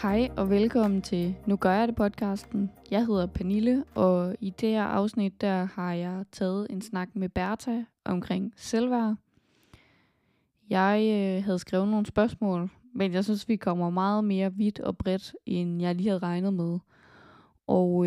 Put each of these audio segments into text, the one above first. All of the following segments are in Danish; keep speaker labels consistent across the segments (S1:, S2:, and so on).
S1: Hej og velkommen til Nu gør jeg det podcasten. Jeg hedder Pernille, og i det her afsnit der har jeg taget en snak med Bertha omkring selvværd. Jeg havde skrevet nogle spørgsmål, men jeg synes vi kommer meget mere vidt og bredt, end jeg lige havde regnet med. Og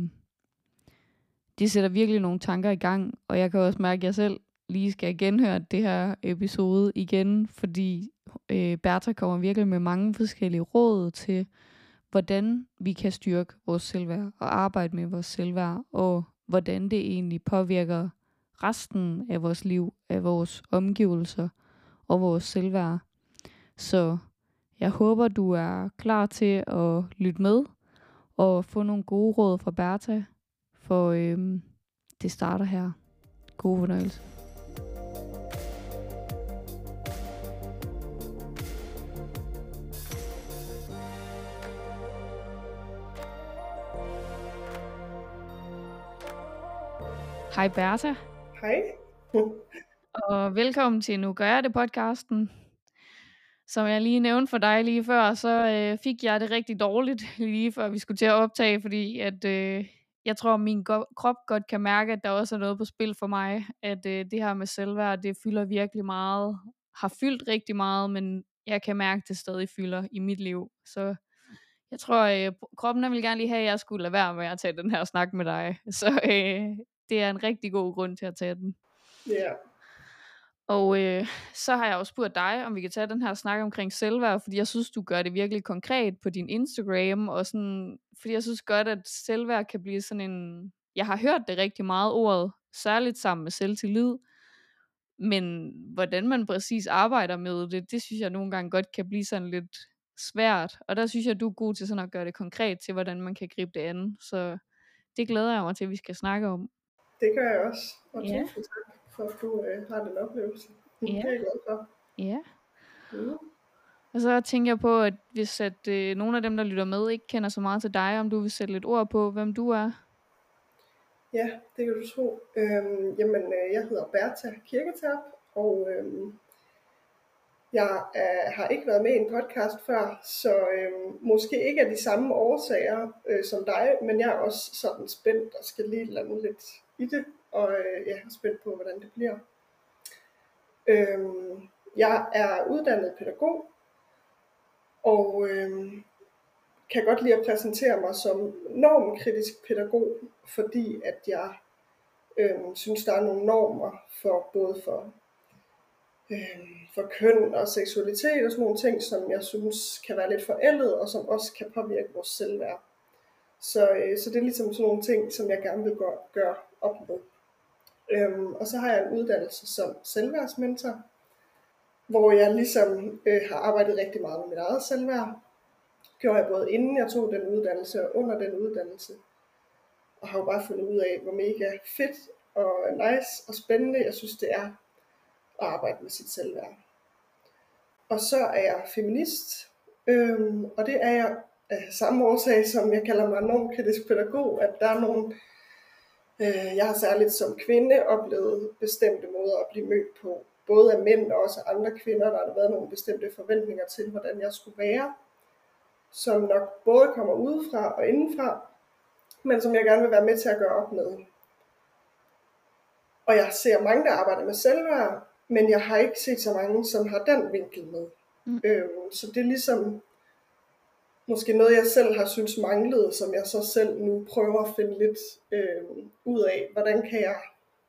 S1: det sætter virkelig nogle tanker i gang, og jeg kan også mærke, at jeg selv lige skal genhøre det her episode igen, fordi Bertha kommer virkelig med mange forskellige råd til, hvordan vi kan styrke vores selvværd og arbejde med vores selvværd, og hvordan det egentlig påvirker resten af vores liv, af vores omgivelser og vores selvværd. Så jeg håber, du er klar til at lytte med og få nogle gode råd fra Bertha, for det starter her. God fornøjelse. Hej Bertha.
S2: Hej.
S1: Og velkommen til Nu gør jeg det podcasten. Som jeg lige nævnte for dig lige før, så fik jeg det rigtig dårligt lige før vi skulle til at optage, fordi at jeg tror, at min krop godt kan mærke, at der også er noget på spil for mig. At det her med selvværd, det fylder virkelig meget, har fyldt rigtig meget, men jeg kan mærke, at det stadig fylder i mit liv. Så jeg tror, kroppen vil gerne lige have, at jeg skulle lade være med at tage den her snak med dig. Så det er en rigtig god grund til at tage den.
S2: Ja.
S1: Og så har jeg også spurgt dig, om vi kan tage den her snak omkring selvværd, fordi jeg synes, du gør det virkelig konkret på din Instagram, og sådan, fordi jeg synes godt, at selvværd kan blive sådan en, jeg har hørt det rigtig meget ordet, særligt sammen med selvtillid, men hvordan man præcis arbejder med det, det synes jeg nogle gange godt kan blive sådan lidt svært, og der synes jeg, du er god til sådan at gøre det konkret til, hvordan man kan gribe det an, så det glæder jeg mig til, at vi skal snakke om.
S2: Det gør jeg også, og
S1: Ja.
S2: tusind tak for, at du har den oplevelse.
S1: Ja.
S2: Det er jeg glad for.
S1: Ja.
S2: Mm.
S1: Og så tænker jeg på, at hvis nogle af dem, der lytter med, ikke kender så meget til dig, om du vil sætte lidt ord på, hvem du er.
S2: Ja, det kan du tro. Jeg hedder Bertha Kirketerp, og jeg har ikke været med i en podcast før, så måske ikke af de samme årsager som dig, men jeg er også sådan spændt og skal lige lande lidt i det, og jeg er spændt på, hvordan det bliver. Jeg er uddannet pædagog, og kan godt lide at præsentere mig som normkritisk pædagog, fordi at jeg synes, der er nogle normer for både for køn og seksualitet og sådan nogle ting, som jeg synes kan være lidt forældet, og som også kan påvirke vores selvværd. Så det er ligesom sådan nogle ting, som jeg gerne vil gøre op med. Og så har jeg en uddannelse som selvværdsmentor, hvor jeg ligesom har arbejdet rigtig meget med mit eget selvværd. Gjorde jeg både inden jeg tog den uddannelse og under den uddannelse. Og har jo bare fundet ud af, hvor mega fedt og nice og spændende jeg synes det er at arbejde med sit selvværd. Og så er jeg feminist, og det er jeg af samme årsag, som jeg kalder mig normkritisk pædagog, at der er nogle, jeg har særligt som kvinde oplevet bestemte måder at blive mødt på, både af mænd og også af andre kvinder, der har været nogle bestemte forventninger til, hvordan jeg skulle være, som nok både kommer udefra og indenfra, men som jeg gerne vil være med til at gøre op med. Og jeg ser mange, der arbejder med selvværd, men jeg har ikke set så mange, som har den vinkel med. Så det er ligesom måske noget, jeg selv har synes manglede, som jeg så selv nu prøver at finde lidt ud af. Hvordan kan jeg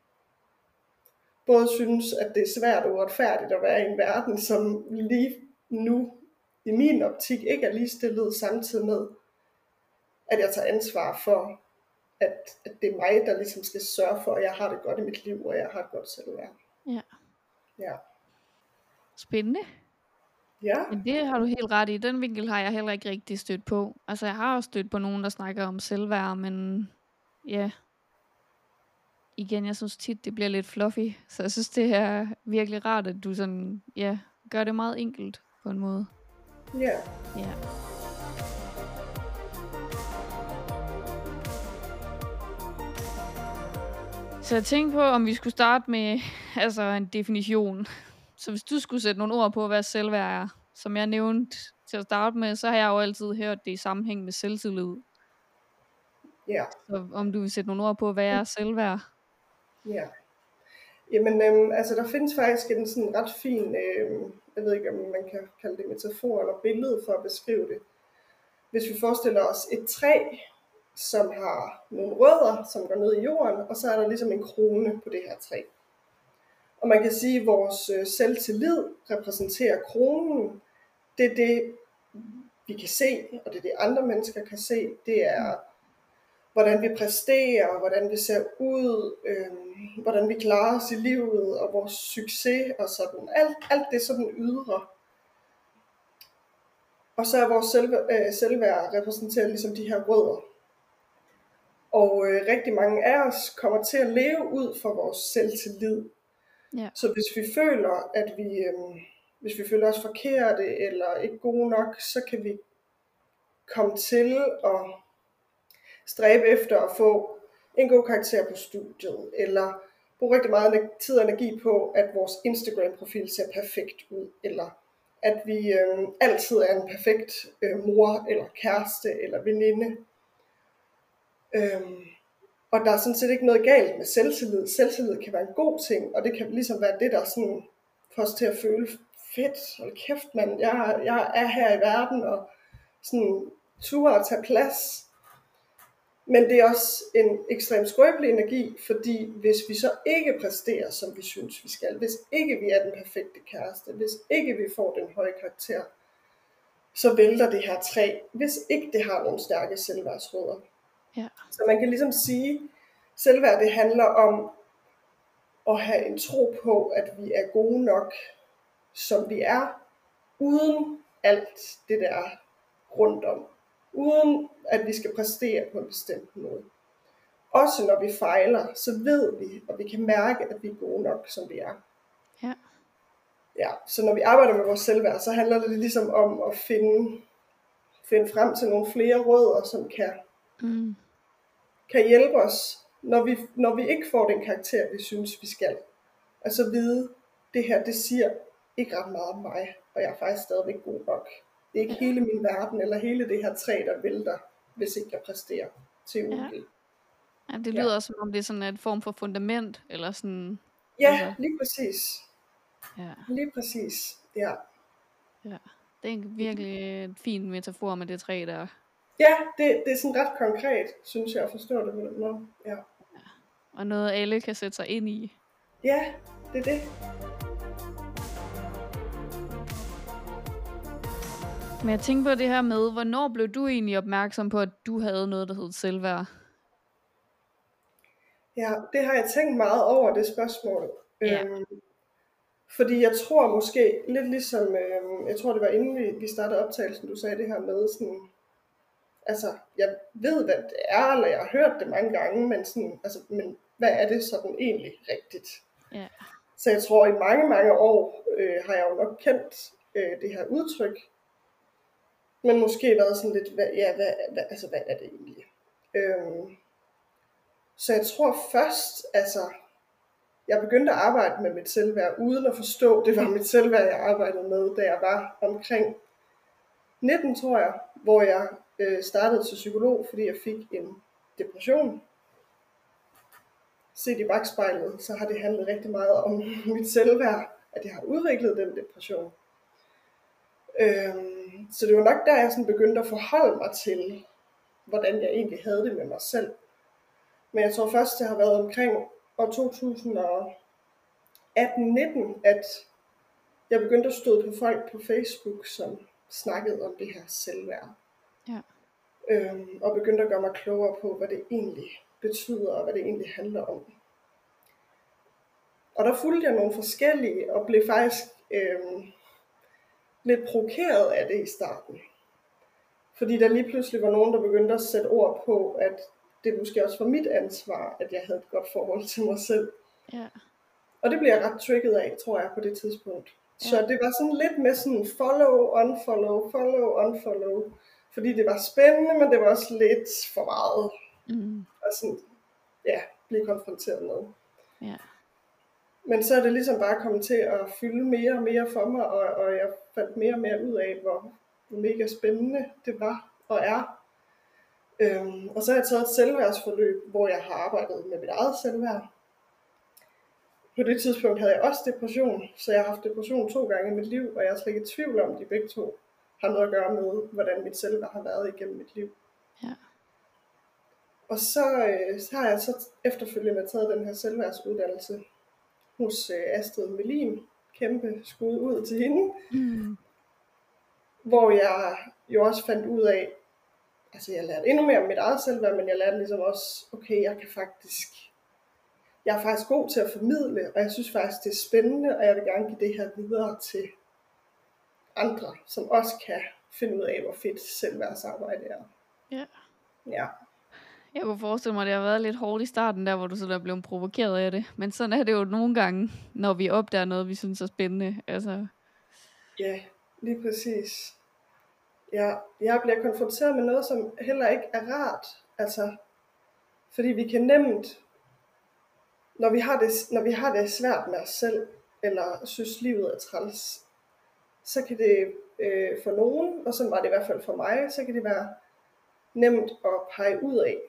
S2: både synes, at det er svært og uretfærdigt at være i en verden, som lige nu i min optik ikke er ligestillet, samtidig med, at jeg tager ansvar for, at det er mig, der ligesom skal sørge for, at jeg har det godt i mit liv, og jeg har et godt selvværd. Ja.
S1: Spændende.
S2: Ja.
S1: Men det har du helt ret i. Den vinkel har jeg heller ikke rigtig stødt på. Altså jeg har også stødt på nogen, der snakker om selvværd, men ja. Igen, jeg synes tit, det bliver lidt fluffy. Så jeg synes, det er virkelig rart, at du sådan, ja, gør det meget enkelt på en måde.
S2: Ja.
S1: Ja. Så jeg tænkte på, om vi skulle starte med en definition. Så hvis du skulle sætte nogle ord på, hvad selvværd er, som jeg nævnte til at starte med, så har jeg jo altid hørt det i sammenhæng med selvtillid.
S2: Ja.
S1: Så om du vil sætte nogle ord på, hvad er selvværd?
S2: Ja. Jamen, altså der findes faktisk en sådan ret fin, jeg ved ikke om man kan kalde det metafor eller billede for at beskrive det. Hvis vi forestiller os et træ, som har nogle rødder, som går ned i jorden, og så er der ligesom en krone på det her træ. Og man kan sige, at vores selvtillid repræsenterer kronen. Det er det, vi kan se, og det er det, andre mennesker kan se. Det er, hvordan vi præsterer, hvordan vi ser ud, hvordan vi klarer os i livet, og vores succes og sådan. Alt det sådan ydre. Og så er vores selvværd repræsenteret ligesom de her rødder. Og rigtig mange af os kommer til at leve ud fra vores selvtillid.
S1: Ja.
S2: Så hvis vi føler, at hvis vi føler os forkerte eller ikke gode nok, så kan vi komme til at stræbe efter at få en god karakter på studiet, eller bruge rigtig meget tid og energi på, at vores Instagram-profil ser perfekt ud, eller at vi altid er en perfekt mor, eller kæreste, eller veninde. Og der er sådan set ikke noget galt med selvtillid. Selvtillid kan være en god ting, og det kan ligesom være det, der sådan får os til at føle fedt. Hold kæft, mand, jeg er her i verden, og sådan ture at tage plads. Men det er også en ekstremt skrøbelig energi, fordi hvis vi så ikke præsterer, som vi synes, vi skal, hvis ikke vi er den perfekte kæreste, hvis ikke vi får den høje karakter, så vælter det her træ, hvis ikke det har nogle stærke selvværdsrødder.
S1: Ja.
S2: Så man kan ligesom sige, at selvværd det handler om at have en tro på, at vi er gode nok, som vi er, uden alt det der rundt om. Uden at vi skal præstere på en bestemt måde. Også når vi fejler, så ved vi, og vi kan mærke, at vi er gode nok, som vi er.
S1: Ja.
S2: Ja, så når vi arbejder med vores selvværd, så handler det ligesom om at finde frem til nogle flere rødder, som kan hjælpe os, når vi ikke får den karakter, vi synes, vi skal. Altså vide, det her, det siger ikke ret meget om mig, og jeg er faktisk stadigvæk god nok. Det er ikke hele min verden, eller hele det her træ, der vælter, hvis ikke jeg præsterer til UG.
S1: Ja, det lyder også, som om det er sådan en form for fundament, eller sådan...
S2: Ja,
S1: altså.
S2: lige præcis.
S1: Ja.
S2: Lige præcis, ja.
S1: Ja, det er en virkelig en fin metafor med det træ der.
S2: Ja, det er sådan ret konkret, synes jeg, at forstå det på den måde. Ja.
S1: Og noget alle kan sætte sig ind i.
S2: Ja, det er det.
S1: Men jeg tænker på det her med, hvornår blev du egentlig opmærksom på, at du havde noget, der hed selvværd?
S2: Ja, det har jeg tænkt meget over, det spørgsmål.
S1: Ja.
S2: Fordi jeg tror måske, lidt ligesom, jeg tror det var inden vi startede optagelsen, du sagde det her med sådan, altså jeg ved hvad det er, eller jeg har hørt det mange gange, men sådan, altså, men hvad er det sådan egentlig rigtigt?
S1: Ja.
S2: Så jeg tror i mange, mange år har jeg jo nok kendt det her udtryk, men måske været sådan lidt, hvad er det egentlig? Så jeg tror først, altså, jeg begyndte at arbejde med mit selvværd, uden at forstå, det var mit selvværd, jeg arbejdede med, da jeg var omkring 19, tror jeg, hvor jeg startede til psykolog, fordi jeg fik en depression. Set i bagspejlet, så har det handlet rigtig meget om mit selvværd, at jeg har udviklet den depression. Så det var nok der, jeg sådan begyndte at forholde mig til, hvordan jeg egentlig havde det med mig selv. Men jeg tror først, det har været omkring år 2018-19, at jeg begyndte at støde på folk på Facebook, som snakkede om det her selvværd.
S1: Ja.
S2: Og begyndte at gøre mig klogere på, hvad det egentlig betyder, og hvad det egentlig handler om. Og der fulgte jeg nogle forskellige, og blev faktisk lidt provokeret af det i starten. Fordi der lige pludselig var nogen, der begyndte at sætte ord på, at det måske også var mit ansvar, at jeg havde et godt forhold til mig selv.
S1: Ja.
S2: Og det blev jeg ret trigget af, tror jeg, på det tidspunkt. Ja. Så det var sådan lidt med sådan follow, unfollow. Fordi det var spændende, men det var også lidt for meget. Og sådan, ja, blive konfronteret med.
S1: Ja.
S2: Men så er det ligesom bare kommet til at fylde mere og mere for mig, og jeg fandt mere og mere ud af, hvor mega spændende det var og er. Og så har jeg taget et selvværdsforløb, hvor jeg har arbejdet med mit eget selvværd. På det tidspunkt havde jeg også depression, så jeg har haft depression 2 gange i mit liv, og jeg er slet ikke i tvivl om, at de begge to har noget at gøre med, hvordan mit selvværd har været igennem mit liv.
S1: Ja.
S2: Og så har jeg så efterfølgende taget den her selvværdsuddannelse hos Astrid Melin. Kæmpe skud ud til hende. Hvor jeg jo også fandt ud af, altså jeg lærte endnu mere om mit eget selvværd, men jeg lærte ligesom også, okay, jeg er faktisk god til at formidle, og jeg synes faktisk, det er spændende, og jeg vil gerne give det her videre til andre, som også kan finde ud af, hvor fedt selvværdsarbejde er.
S1: Ja.
S2: Ja.
S1: Jeg kunne forestille mig, at det har været lidt hårdt i starten, der hvor du sådan er blevet provokeret af det. Men sådan er det jo nogle gange, når vi opdager noget, vi synes er spændende. Altså.
S2: Ja, lige præcis. Ja, jeg bliver konfronteret med noget, som heller ikke er rart. Altså, fordi vi kan nemt, når vi har det svært med os selv, eller synes livet er træls, så kan det for nogen, og sådan var det i hvert fald for mig, så kan det være nemt at pege ud af.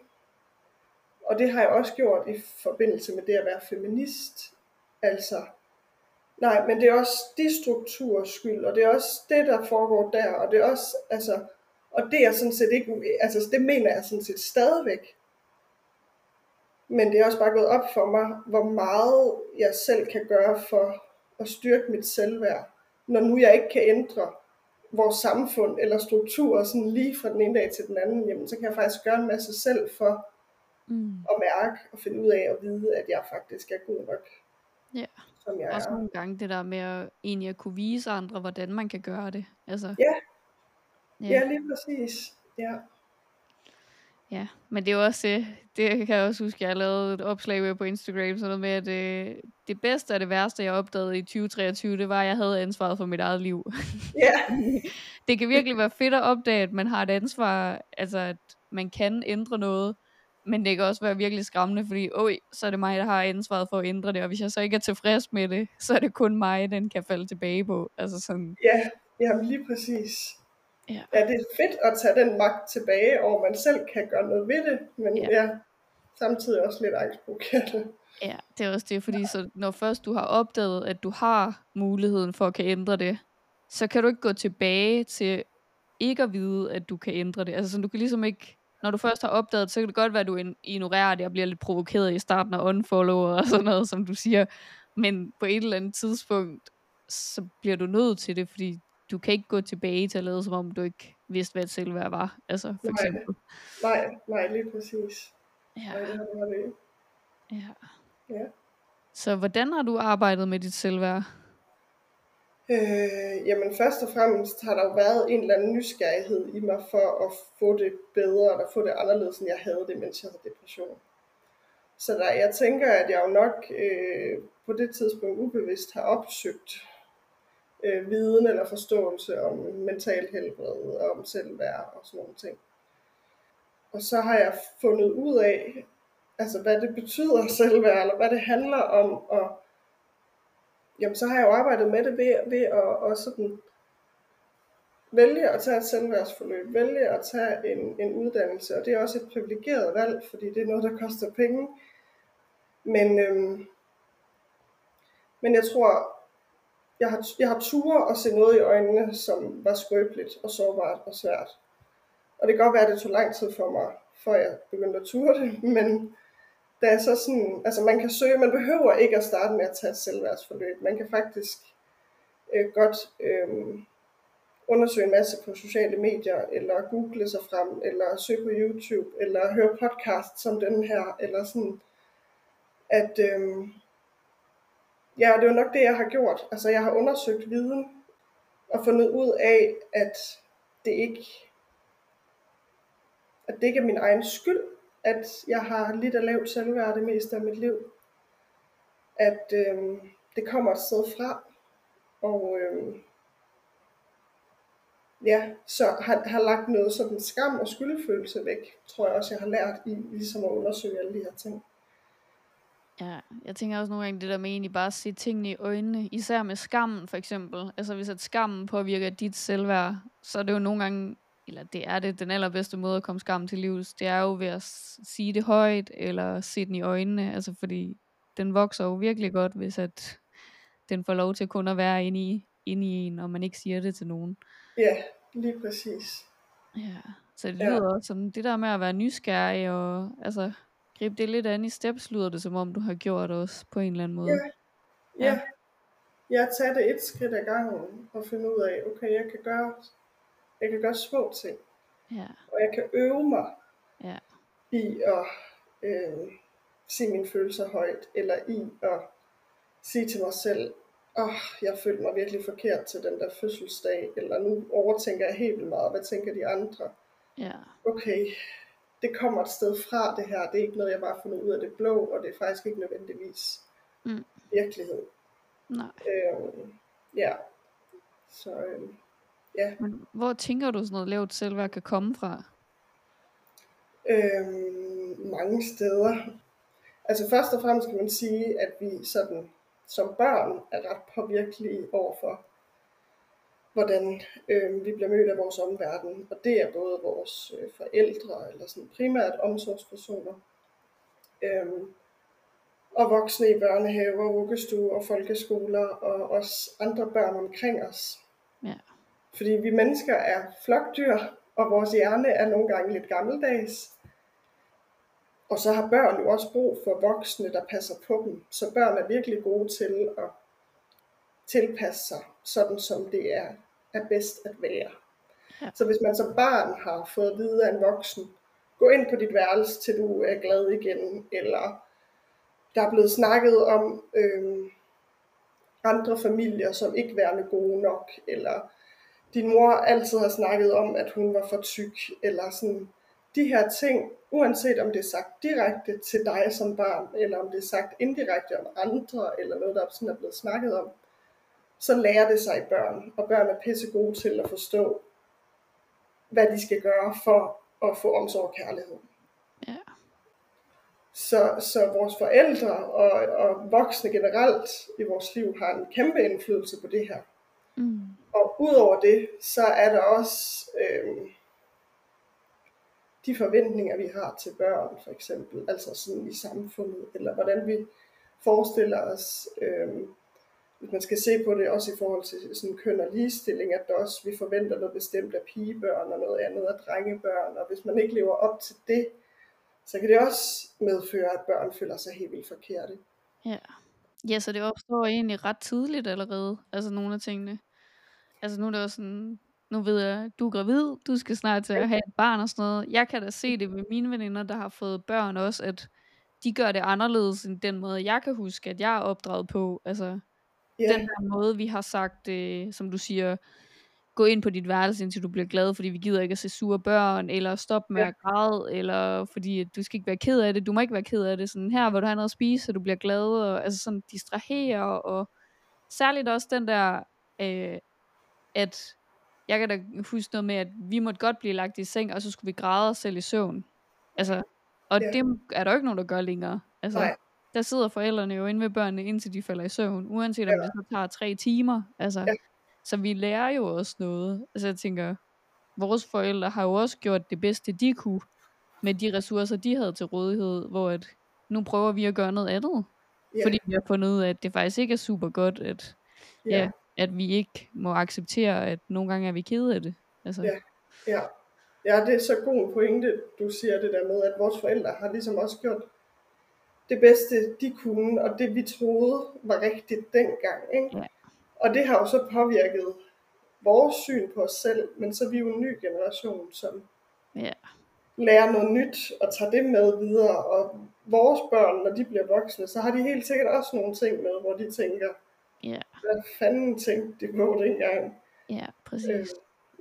S2: Og det har jeg også gjort i forbindelse med det at være feminist. Altså, nej, men det er også de strukturers skyld, og det er også det, der foregår der, og det er også, altså, og det er sådan set ikke, altså det mener jeg sådan set stadigvæk. Men det er også bare gået op for mig, hvor meget jeg selv kan gøre for at styrke mit selvværd, når nu jeg ikke kan ændre vores samfund eller strukturer sådan lige fra den ene dag til den anden, jamen så kan jeg faktisk gøre en masse selv for at mærke og finde ud af at vide, at jeg faktisk er god nok.
S1: Ja.
S2: Som jeg
S1: også
S2: er.
S1: nogle gange det der med egentlig at kunne vise andre, hvordan man kan gøre det. Altså.
S2: Ja, lige præcis. Ja.
S1: Ja, men det er jo også det kan jeg også huske, jeg lavede et opslag på Instagram, sådan noget med, at det bedste og det værste, jeg opdagede i 2023, det var, at jeg havde ansvaret for mit eget liv. Det kan virkelig være fedt at opdage, at man har et ansvar, altså at man kan ændre noget, men det kan også være virkelig skræmmende, fordi så er det mig, der har ansvaret for at ændre det, og hvis jeg så ikke er tilfreds med det, så er det kun mig, den kan falde tilbage på. Altså sådan.
S2: Ja, lige præcis.
S1: Ja,
S2: det er fedt at tage den magt tilbage, og man selv kan gøre noget ved det, men samtidig også lidt angstprovokerende.
S1: Ja, det er også det, fordi så når først du har opdaget, at du har muligheden for at kan ændre det, så kan du ikke gå tilbage til ikke at vide, at du kan ændre det. Altså så du kan ligesom ikke, når du først har opdaget det, så kan det godt være, at du ignorerer det og bliver lidt provokeret i starten af unfollower og sådan noget, som du siger. Men på et eller andet tidspunkt, så bliver du nødt til det, fordi du kan ikke gå tilbage til at lade, som om du ikke vidste, hvad et selvværd var. Altså for eksempel.
S2: Nej, lige præcis.
S1: Ja.
S2: Nej, det har du ikke.
S1: Ja. Så hvordan har du arbejdet med dit selvværd?
S2: Jamen først og fremmest har der jo været en eller anden nysgerrighed i mig for at få det bedre, eller få det anderledes, end jeg havde det, mens jeg havde depression. Så jeg tænker, at jeg jo nok på det tidspunkt ubevidst har opsøgt viden eller forståelse om mental helbred og om selvværd og sådan nogle ting. Og så har jeg fundet ud af, altså hvad det betyder selvværd, eller hvad det handler om, og jamen så har jeg jo arbejdet med det ved at sådan vælge at tage et selvværdsforløb, vælge at tage en uddannelse, og det er også et privilegeret valg, fordi det er noget, der koster penge. Men jeg tror, jeg har ture at se noget i øjnene, som var skrøbeligt og sårbart og svært. Og det kan godt være, at det tog lang tid for mig, før jeg begyndte at ture det, men da jeg så sådan, altså man kan søge, man behøver ikke at starte med at tage et selvværdsforløb. Man kan faktisk godt undersøge en masse på sociale medier, eller google sig frem, eller søge på YouTube, eller høre podcast som den her, eller sådan, at det er jo nok det, jeg har gjort. Altså jeg har undersøgt viden, og fundet ud af, at det ikke er min egen skyld, at jeg har lidt af lavt selvværd det meste af mit liv. At det kommer et sted fra, og så har lagt noget sådan skam og skyldfølelse væk, tror jeg også, jeg har lært i ligesom at undersøge alle de her ting.
S1: Ja, jeg tænker også nogle gange det der med egentlig bare at se tingene i øjnene, især med skammen for eksempel. Altså hvis at skammen påvirker dit selvværd, så er det jo nogle gange, eller det er det, den allerbedste måde at komme skammen til livs, det er jo ved at sige det højt, eller se den i øjnene, altså fordi den vokser jo virkelig godt, hvis at den får lov til kun at være inde i en, og man ikke siger det til nogen.
S2: Ja, lige præcis.
S1: Ja, så det
S2: Ja,
S1: lyder også som det der med at være nysgerrig, og altså gribe det lidt an i steps, lyder det som om du har gjort også på en eller anden måde.
S2: ja,
S1: Ja,
S2: ja. Jeg tager det et skridt ad gangen og finder ud af, okay, jeg kan gøre små ting,
S1: ja,
S2: og jeg kan øve mig
S1: ja.
S2: i at sige mine følelser højt, eller i at sige til mig selv, jeg følte mig virkelig forkert til den der fødselsdag, eller nu overtænker jeg helt vildt meget, hvad tænker de andre?
S1: Ja.
S2: Okay, det kommer et sted fra det her, det er ikke noget, jeg bare har fundet ud af det blå, og det er faktisk ikke nødvendigvis
S1: Mm.
S2: virkelighed.
S1: Nej.
S2: Ja, så ja.
S1: Men hvor tænker du sådan noget lavt selvværd kan komme fra?
S2: Mange steder. Altså først og fremmest kan man sige, at vi sådan som børn er ret påvirkelige overfor, hvordan vi bliver mødt af vores omverden. Og det er både vores forældre, eller sådan primært omsorgspersoner, og voksne i børnehaver, vuggestuer og folkeskoler, og også andre børn omkring os.
S1: Ja.
S2: Fordi vi mennesker er flokdyr, og vores hjerne er nogle gange lidt gammeldags. Og så har børn jo også brug for voksne, der passer på dem. Så børn er virkelig gode til at tilpasse sig, sådan som det er bedst at være.
S1: Ja.
S2: Så hvis man som barn har fået at vide af en voksen, gå ind på dit værelse, til du er glad igen, eller der er blevet snakket om andre familier, som ikke værende gode nok, eller din mor altid har snakket om, at hun var for tyk, eller sådan de her ting, uanset om det er sagt direkte til dig som barn, eller om det er sagt indirekte om andre, eller noget, der sådan er blevet snakket om, så lærer det sig i børn, og børn er pisse gode til at forstå, hvad de skal gøre for at få omsorg og kærlighed.
S1: Ja.
S2: Så vores forældre og voksne generelt i vores liv har en kæmpe indflydelse på det her.
S1: Mm.
S2: Og udover det, så er der også de forventninger, vi har til børn, for eksempel, altså sådan i samfundet, eller hvordan vi forestiller os, hvis man skal se på det også i forhold til sådan køn og ligestilling, at der også, vi forventer noget bestemt af pigebørn og noget andet af drengebørn, og hvis man ikke lever op til det, så kan det også medføre, at børn føler sig helt vildt forkerte.
S1: Ja. Ja, så det opstår egentlig ret tidligt allerede, altså nogle af tingene. Altså nu er det også sådan, nu ved jeg, du er gravid, du skal snart til at have et barn og sådan noget. Jeg kan da se det med mine veninder, der har fået børn også, at de gør det anderledes end den måde, jeg kan huske, at jeg er opdraget på. Altså den der måde, vi har sagt, som du siger, gå ind på dit værelse, indtil du bliver glad, fordi vi gider ikke at se sure børn, eller stop med at græde, eller fordi du skal ikke være ked af det, du må ikke være ked af det, sådan her, hvor du har noget at spise, så du bliver glad, og altså sådan distrahere, og særligt også den der, at jeg kan da huske noget med, at vi måtte godt blive lagt i seng, og så skulle vi græde os selv i søvn. Altså, og det er der jo ikke nogen, der gør længere. Altså,
S2: Nej.
S1: der sidder forældrene jo inde ved børnene, indtil de falder i søvn, uanset om det så tager 3 timer. Altså, så vi lærer jo også noget. Altså, jeg tænker, vores forældre har jo også gjort det bedste, de kunne, med de ressourcer, de havde til rådighed, hvor at nu prøver vi at gøre noget andet. Fordi vi har fundet ud af, at det faktisk ikke er super godt, at vi ikke må acceptere, at nogle gange er vi kede af det. Altså.
S2: Ja, det er så god en pointe, du siger det der med, at vores forældre har ligesom også gjort det bedste, de kunne, og det vi troede var rigtigt dengang. Ikke?
S1: Ja.
S2: Og det har jo så påvirket vores syn på os selv, men så er vi jo en ny generation, som lærer noget nyt og tager det med videre. Og vores børn, når de bliver voksne, så har de helt sikkert også nogle ting med, hvor de tænker, hvad fanden tænkte de på dengang?
S1: Ja, præcis.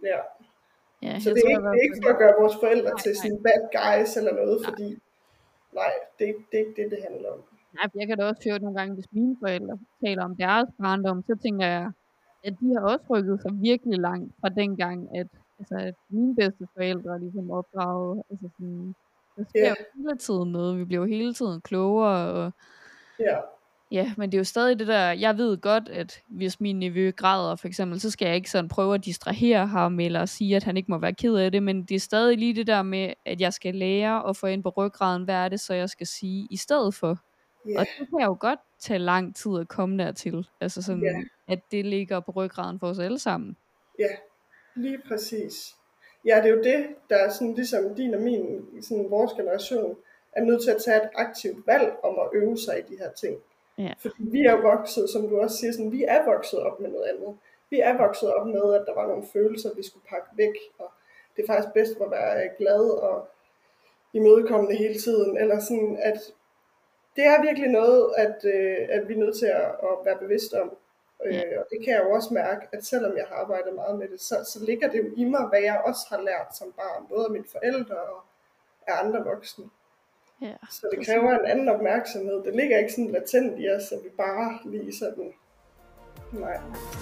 S2: Så det er ikke for at gøre vores forældre til sådan bad guys eller noget, fordi det er ikke det handler om.
S1: Nej, jeg kan da også høre nogle gange, hvis mine forældre taler om deres barndom, så tænker jeg, at de har også rykket sig virkelig langt fra dengang, at mine bedste forældre ligesom opdraget. Altså sådan, der sker jo hele tiden noget, vi bliver jo hele tiden klogere, og
S2: Ja,
S1: Ja, men det er jo stadig det der, jeg ved godt, at hvis min nevø græder for eksempel, så skal jeg ikke sådan prøve at distrahere ham, eller sige, at han ikke må være ked af det, men det er stadig lige det der med, at jeg skal lære at få ind på ryggraden, hvad er det, så jeg skal sige i stedet for.
S2: ja,
S1: Og det kan jo godt tage lang tid at komme dertil, altså
S2: ja,
S1: sådan, at det ligger på ryggraden for os alle sammen.
S2: ja, lige præcis. Ja, det er jo det, der er sådan ligesom din og min, sådan vores generation, er nødt til at tage et aktivt valg om at øve sig i de her ting.
S1: Ja,
S2: Fordi vi er jo vokset, som du også siger, sådan, vi er vokset op med noget andet. Vi er vokset op med, at der var nogle følelser, vi skulle pakke væk, og det er faktisk bedst at være glad og imødekommende hele tiden, eller sådan, at det er virkelig noget, at vi er nødt til at være bevidste om.
S1: ja,
S2: Og det kan jeg jo også mærke, at selvom jeg har arbejdet meget med det, så ligger det jo i mig, hvad jeg også har lært som barn, både af mine forældre og af andre voksne.
S1: ja,
S2: Så det
S1: præcis.
S2: kræver en anden opmærksomhed. Det ligger ikke sådan latent i os, at vi bare lige sådan, nej.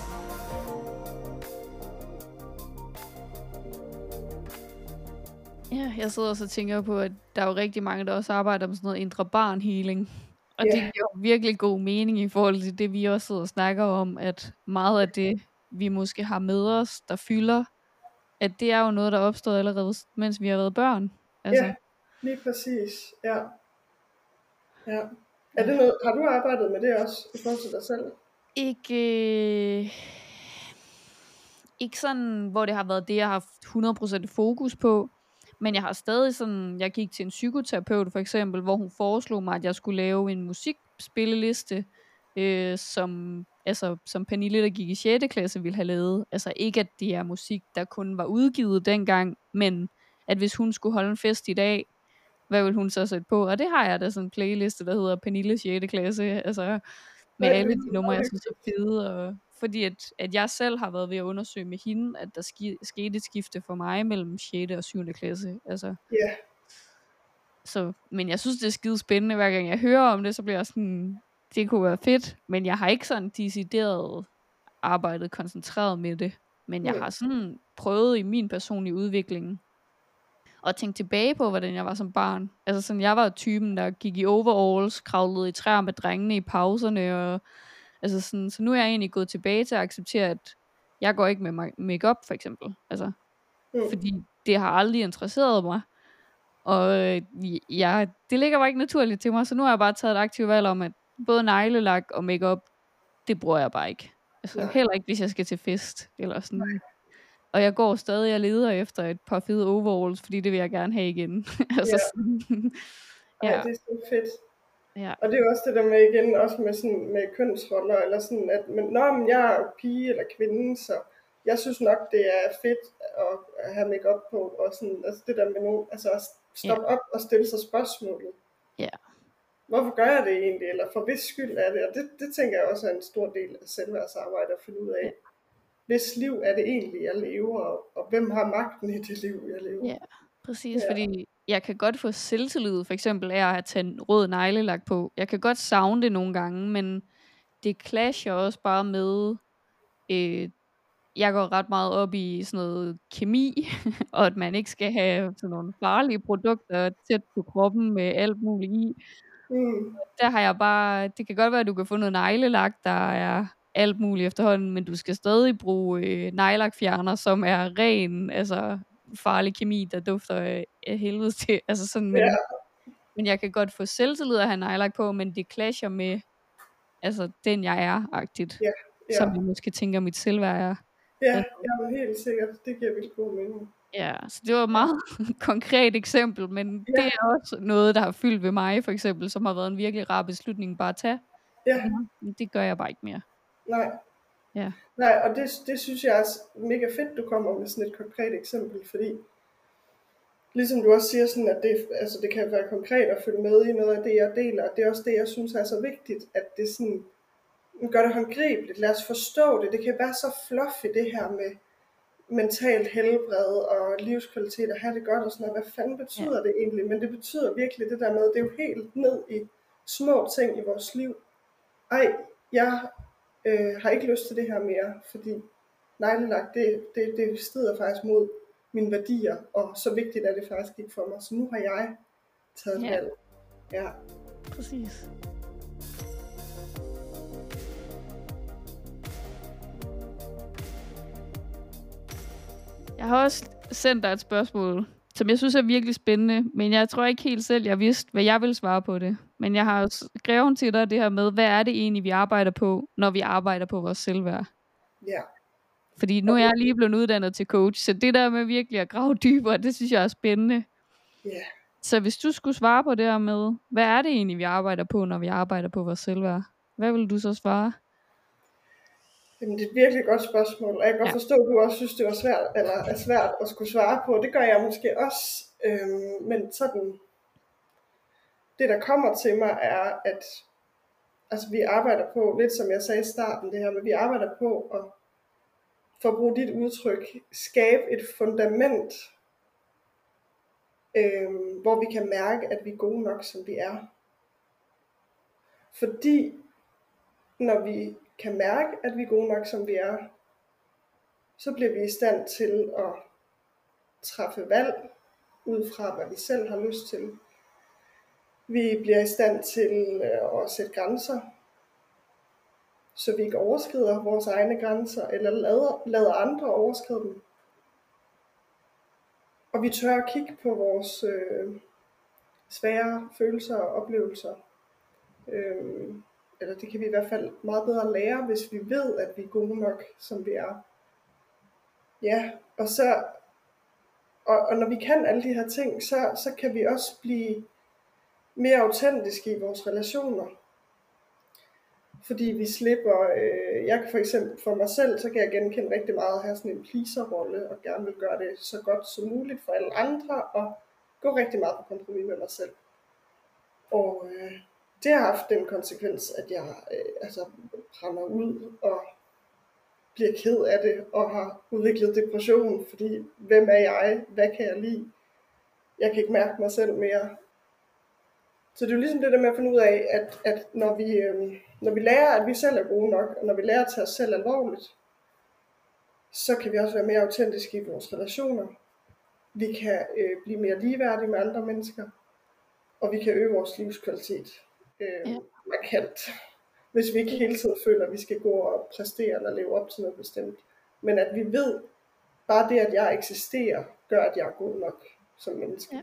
S1: Ja, jeg sidder også og tænker på, at der er jo rigtig mange, der også arbejder med sådan noget indre barn healing. Og det
S2: Ja,
S1: giver jo virkelig god mening i forhold til det, vi også sidder og snakker om, at meget af det, vi måske har med os, der fylder, at det er jo noget, der er opstået allerede, mens vi har været børn. Altså,
S2: ja, lige præcis. Ja, ja. Er
S1: ja.
S2: det noget, har du arbejdet med det også i forhold til dig selv?
S1: Ikke, ikke sådan, hvor det har været det, jeg har haft 100% fokus på, men jeg har stadig sådan, jeg gik til en psykoterapeut for eksempel, hvor hun foreslog mig, at jeg skulle lave en musikspilleliste, som Pernille, der gik i 6. klasse, ville have lavet. Altså ikke, at det er musik, der kun var udgivet dengang, men at hvis hun skulle holde en fest i dag, hvad vil hun så sætte på? Og det har jeg da sådan en playliste, der hedder Pernille 6. klasse, altså med
S2: Nej, det
S1: alle de
S2: lyder
S1: numre,
S2: meget
S1: jeg synes er
S2: hyggeligt.
S1: fede, og fordi at jeg selv har været ved at undersøge med hende, at der skete et skifte for mig mellem 6. og 7. klasse. Altså,
S2: Ja,
S1: så, men jeg synes, det er skide spændende, hver gang jeg hører om det, så bliver jeg sådan, det kunne være fedt, men jeg har ikke sådan decideret arbejdet koncentreret med det, men jeg har sådan prøvet i min personlige udvikling, og tænke tilbage på, hvordan jeg var som barn. Altså sådan, jeg var typen, der gik i overalls, kravlede i træer med drengene i pauserne, og altså sådan, så nu er jeg egentlig gået tilbage til at acceptere, at jeg går ikke med makeup for eksempel. Altså, fordi det har aldrig interesseret mig. Og det ligger bare ikke naturligt til mig, så nu har jeg bare taget et aktivt valg om, at både neglelak og makeup, det bruger jeg bare ikke. Altså
S2: nej,
S1: heller ikke, hvis jeg skal til fest, eller sådan. Og jeg går stadig og leder efter et par fede overalls, fordi det vil jeg gerne have igen. Altså
S2: ja.
S1: sådan,
S2: Ej,
S1: ja,
S2: det er så fedt.
S1: ja,
S2: Og det er jo også det der med igen, også med, sådan, med kønsroller, eller sådan, at men jeg er jo pige eller kvinde, så jeg synes nok, det er fedt at have makeup på, og sådan, altså det der med nogen, altså at
S1: ja,
S2: stoppe op og stille sig spørgsmålet.
S1: ja,
S2: Hvorfor gør jeg det egentlig, eller for hvis skyld er det? Og det tænker jeg også er en stor del af selvværdsarbejde at finde ud
S1: ja,
S2: af. Hvis liv er det egentlig, jeg lever, og hvem har magten i det liv, jeg lever?
S1: ja, præcis,
S2: Ja,
S1: fordi jeg kan godt få selvtillid, for eksempel af at have taget en rød neglelak på. Jeg kan godt savne det nogle gange, men det clasher også bare med, øh, jeg går ret meget op i sådan noget kemi, og at man ikke skal have sådan nogle farlige produkter tæt på kroppen med alt muligt i.
S2: mm,
S1: Der har jeg bare, det kan godt være, at du kan få noget neglelak, der er alt muligt efterhånden, men du skal stadig bruge neglelakfjerner, som er ren, altså farlig kemi, der dufter af helvede til. Altså sådan,
S2: ja,
S1: men jeg kan godt få selvtillid at have neglelak på, men det clasher med, altså den jeg er-agtigt,
S2: ja,
S1: som
S2: ja,
S1: jeg måske tænker mit selvværd er.
S2: ja,
S1: Altså,
S2: ja, helt sikkert. Det giver vildt god mening.
S1: ja, så det var et meget konkret eksempel, men det
S2: Ja,
S1: er også noget, der har fyldt ved mig, for eksempel, som har været en virkelig rar beslutning bare at tage.
S2: ja,
S1: Men det gør jeg bare ikke mere.
S2: nej.
S1: Ja,
S2: Nej, og det synes jeg er mega fedt, du kommer med sådan et konkret eksempel, fordi ligesom du også siger sådan, at det kan være konkret at følge med i noget af det, jeg deler, og det er også det, jeg synes er så vigtigt, at det sådan, gør det håndgribeligt, lad os forstå det, det kan være så fluffy det her med mentalt helbred og livskvalitet og have det godt og sådan noget, hvad fanden
S1: ja,
S2: betyder det egentlig, men det betyder virkelig det der med, det er jo helt ned i små ting i vores liv, ej, jeg har ikke lyst til det her mere, fordi neglelak, det strider faktisk mod mine værdier, og så vigtigt er det faktisk ikke for mig. Så nu har jeg taget et
S1: ja,
S2: valg. Ja.
S1: præcis. Jeg har også sendt dig et spørgsmål, som jeg synes er virkelig spændende, men jeg tror ikke helt selv, jeg vidste, hvad jeg ville svare på det. Men jeg har jo skrevet til dig det her med, hvad er det egentlig, vi arbejder på, når vi arbejder på vores selvværd?
S2: Ja.
S1: Fordi nu er jeg lige blevet uddannet til coach, så det der med virkelig at grave dybere, det synes jeg er spændende.
S2: Ja.
S1: Så hvis du skulle svare på det her med, hvad er det egentlig, vi arbejder på, når vi arbejder på vores selvværd? Hvad vil du så svare?
S2: Jamen, det er et virkelig godt spørgsmål, og jeg kan godt forstå, at du også synes, det var svært, eller er svært at skulle svare på. Det gør jeg måske også, men sådan, det der kommer til mig er, at altså, vi arbejder på, lidt som jeg sagde i starten, det her med, vi arbejder på at, for at bruge dit udtryk, skabe et fundament, hvor vi kan mærke, at vi er gode nok, som vi er. Fordi når vi kan mærke, at vi er gode nok, som vi er, så bliver vi i stand til at træffe valg ud fra, hvad vi selv har lyst til. Vi bliver i stand til at sætte grænser, så vi ikke overskrider vores egne grænser, eller lader andre overskride dem. Og vi tør at kigge på vores svære følelser og oplevelser. Eller det kan vi i hvert fald meget bedre lære, hvis vi ved, at vi er gode nok, som vi er. Ja, og så og når vi kan alle de her ting, så kan vi også blive mere autentiske i vores relationer. Fordi vi slipper, jeg kan for eksempel for mig selv, så kan jeg genkende rigtig meget at have sådan en pleaser-rolle, og gerne vil gøre det så godt som muligt for alle andre, og gå rigtig meget på kompromis med mig selv. Og det har haft den konsekvens, at jeg brænder ud og bliver ked af det, og har udviklet depression, fordi hvem er jeg? Hvad kan jeg lide? Jeg kan ikke mærke mig selv mere. Så det er jo ligesom det der med at finde ud af, at når vi lærer, at vi selv er gode nok, og når vi lærer at tage os selv alvorligt, så kan vi også være mere autentiske i vores relationer. Vi kan blive mere ligeværdige med andre mennesker, og vi kan øge vores livskvalitet markant. Hvis vi ikke hele tiden føler, at vi skal gå og præstere eller leve op til noget bestemt. Men at vi ved, bare det, at jeg eksisterer, gør, at jeg er god nok som menneske.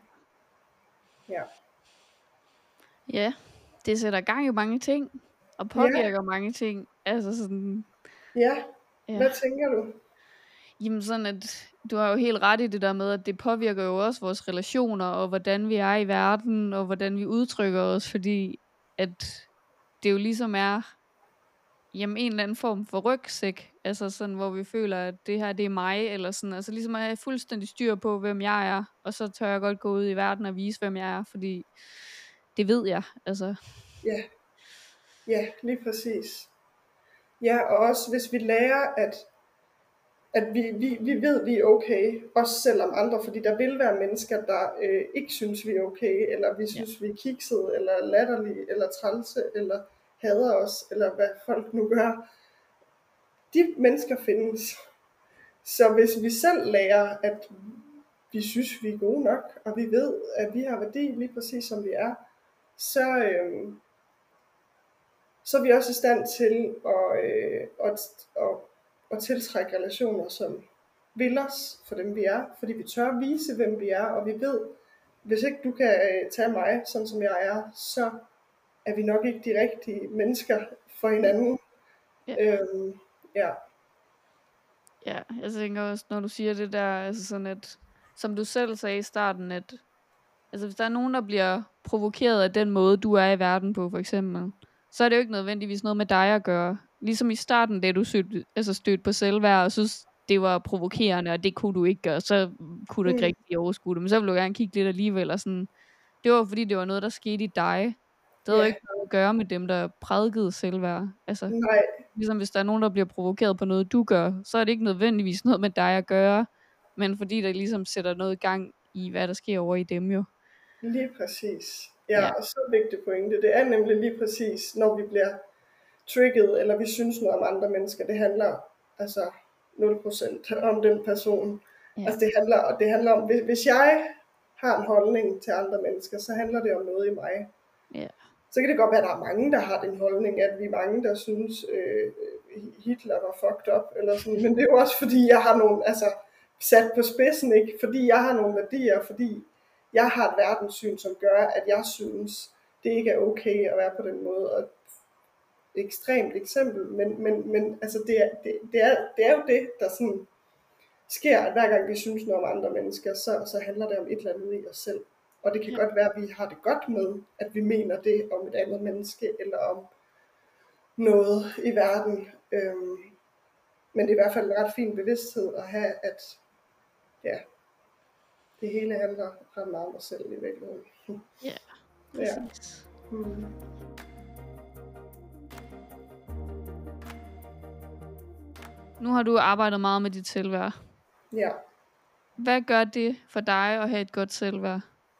S1: Ja, det sætter gang i mange ting, og påvirker mange ting. Altså sådan...
S2: Ja, hvad tænker du?
S1: Jamen sådan, at du har jo helt ret i det der med, at det påvirker jo også vores relationer, og hvordan vi er i verden, og hvordan vi udtrykker os, fordi at det jo ligesom er en eller anden form for rygsæk, altså sådan, hvor vi føler, at det her, det er mig, eller sådan, altså ligesom at jeg er fuldstændig styr på, hvem jeg er, og så tør jeg godt gå ud i verden og vise, hvem jeg er, fordi det ved jeg, altså.
S2: Ja, lige præcis. Ja, og også hvis vi lærer, at vi ved, at vi er okay, også selvom andre, fordi der vil være mennesker, der ikke synes, vi er okay, eller vi synes, vi er kiksede, eller latterlige, eller trælse, eller hader os, eller hvad folk nu gør. De mennesker findes. Så hvis vi selv lærer, at vi synes, vi er gode nok, og vi ved, at vi har værdi lige præcis som vi er, så er vi også i stand til at tiltrække relationer, som vil os for dem vi er, fordi vi tør vise, hvem vi er, og vi ved, hvis ikke du kan tage mig, sådan som jeg er, så er vi nok ikke de rigtige mennesker for hinanden.
S1: Ja, jeg tænker også, når du siger det der, altså sådan at, som du selv sagde i starten, at altså hvis der er nogen, der bliver provokeret af den måde, du er i verden på, for eksempel, så er det jo ikke nødvendigvis noget med dig at gøre. Ligesom i starten, da du stødte på selvværd, og synes, det var provokerende, og det kunne du ikke gøre, så kunne du ikke rigtig overskue det, men så ville du gerne kigge lidt alligevel, og sådan. Det var fordi, det var noget, der skete i dig. Det havde jo ikke noget at gøre med dem, der prædikede selvværd. Altså,
S2: Nej.
S1: Ligesom hvis der er nogen, der bliver provokeret på noget, du gør, så er det ikke nødvendigvis noget med dig at gøre, men fordi der ligesom sætter noget i gang i, hvad der sker over i dem jo.
S2: Lige præcis. Ja, og så vigtig pointe. Det er nemlig lige præcis, når vi bliver trigget, eller vi synes noget om andre mennesker. Det handler altså 0% om den person. Ja. Altså det handler om, hvis jeg har en holdning til andre mennesker, så handler det om noget i mig.
S1: Ja.
S2: Så kan det godt være, at der er mange, der har den holdning, at vi er mange, der synes, Hitler var fucked up, eller sådan. Men det er jo også fordi, jeg har nogle, altså, sat på spidsen, ikke? Fordi jeg har nogle værdier, fordi jeg har et verdenssyn, som gør, at jeg synes, det ikke er okay at være på den måde. Og et ekstremt eksempel, men altså det er jo det, der sådan sker, at hver gang vi synes noget om andre mennesker, så handler det om et eller andet i os selv. Og det kan godt være, at vi har det godt med, at vi mener det om et andet menneske, eller om noget i verden. Men det er i hvert fald en ret fin bevidsthed at have, at ja, det hele handler ret meget om os selv i virkeligheden.
S1: Ja, præcis.
S2: Ja.
S1: Nu har du arbejdet meget med dit selvværd.
S2: Ja.
S1: Hvad gør det for dig at have et godt selvværd?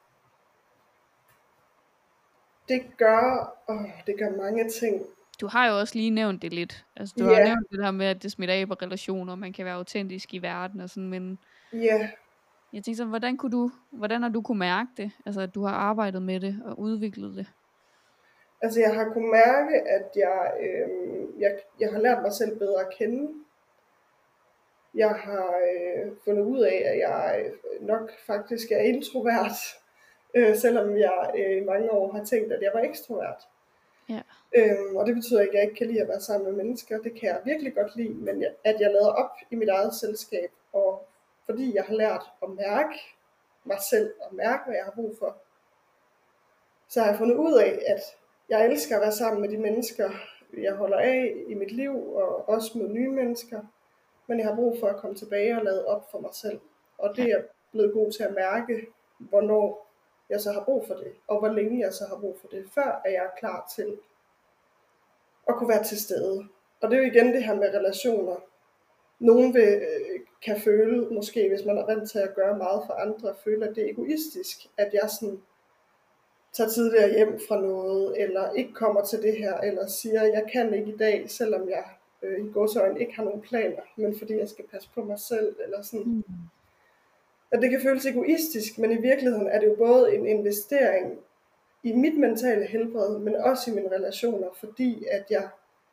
S2: Det gør mange ting.
S1: Du har jo også lige nævnt det lidt. Altså, du har nævnt det her med, at det smitter af på relationer, man kan være autentisk i verden og sådan, men jeg tænkte så, hvordan har du kunne mærke det? Altså, at du har arbejdet med det og udviklet det?
S2: Altså, jeg har kunnet mærke, at jeg har lært mig selv bedre at kende. Jeg har fundet ud af, at jeg nok faktisk er introvert, selvom jeg i mange år har tænkt, at jeg var ekstrovert.
S1: Ja.
S2: Og det betyder ikke, at jeg ikke kan lide at være sammen med mennesker. Det kan jeg virkelig godt lide, men at jeg lader op i mit eget selskab, og fordi jeg har lært at mærke mig selv, og mærke, hvad jeg har brug for, så har jeg fundet ud af, at jeg elsker at være sammen med de mennesker, jeg holder af i mit liv, og også med nye mennesker. Men jeg har brug for at komme tilbage og lade op for mig selv. Og det er jeg blevet god til at mærke, hvornår jeg så har brug for det, og hvor længe jeg så har brug for det, før at jeg er klar til at kunne være til stede. Og det er jo igen det her med relationer. Nogen kan føle, måske hvis man er vant til at gøre meget for andre, føle, at det er egoistisk, at jeg sådan tager tidligere hjem fra noget, eller ikke kommer til det her, eller siger, at jeg kan ikke i dag, selvom jeg i gåseøjne ikke har nogen planer, men fordi jeg skal passe på mig selv, eller sådan. At det kan føles egoistisk, men i virkeligheden er det jo både en investering i mit mentale helbred, men også i mine relationer, fordi at jeg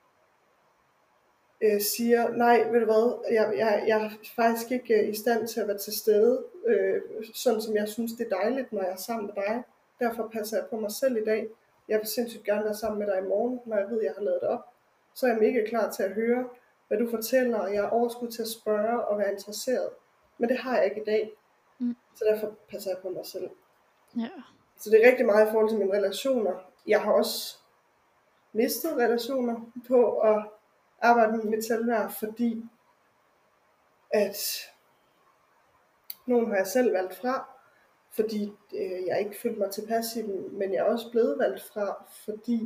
S2: siger, nej, ved du hvad, jeg er faktisk ikke i stand til at være til stede, sådan som jeg synes, det er dejligt, når jeg er sammen med dig. Derfor passer jeg på mig selv i dag. Jeg vil sindssygt gerne være sammen med dig i morgen, når jeg ved, at jeg har lavet det op. Så er jeg mega klar til at høre, hvad du fortæller, og jeg er overskud til at spørge og være interesseret. Men det har jeg ikke i dag, så derfor passer jeg på mig selv.
S1: Ja.
S2: Så det er rigtig meget i forhold til mine relationer. Jeg har også mistet relationer på at arbejde med mit selvværd, fordi at nogle har jeg selv valgt fra, fordi jeg ikke følte mig tilpas i dem, men jeg er også blevet valgt fra, fordi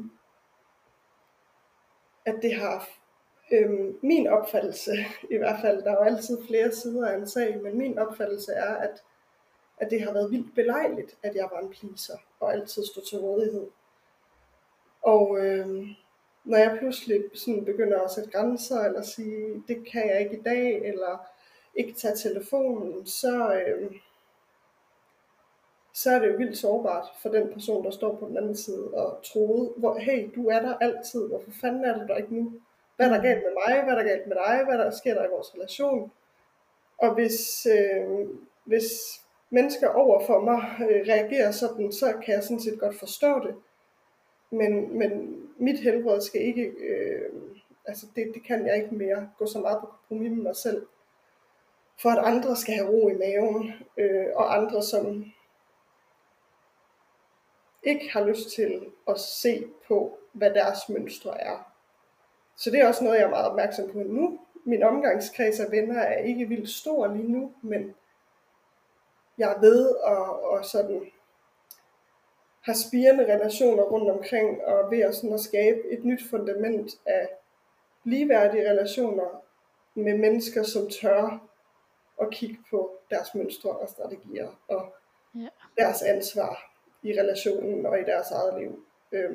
S2: at det har min opfattelse, i hvert fald, der er jo altid flere sider af en sag, men min opfattelse er, at det har været vildt belejligt, at jeg var en pleaser, og altid stod til rådighed. Og når jeg pludselig sådan begynder at sætte grænser, eller sige, det kan jeg ikke i dag, eller ikke tage telefonen, så er det jo vildt sårbart for den person, der står på den anden side og troede, hey, du er der altid, hvorfor fanden er du der ikke nu? Hvad er der galt med mig? Hvad er der galt med dig? Hvad sker der i vores relation? Og hvis mennesker over for mig reagerer sådan, så kan jeg sådan set godt forstå det. Men mit helbred skal ikke, det kan jeg ikke mere gå så meget på kompromis med mig selv. For at andre skal have ro i maven, og andre som ikke har lyst til at se på, hvad deres mønstre er. Så det er også noget, jeg er meget opmærksom på nu. Min omgangskreds af venner er ikke vildt stor lige nu, men jeg er ved at sådan have spirende relationer rundt omkring, og ved at skabe et nyt fundament af ligeværdige relationer med mennesker, som tør at kigge på deres mønstre og strategier, og deres ansvar i relationen og i deres eget liv.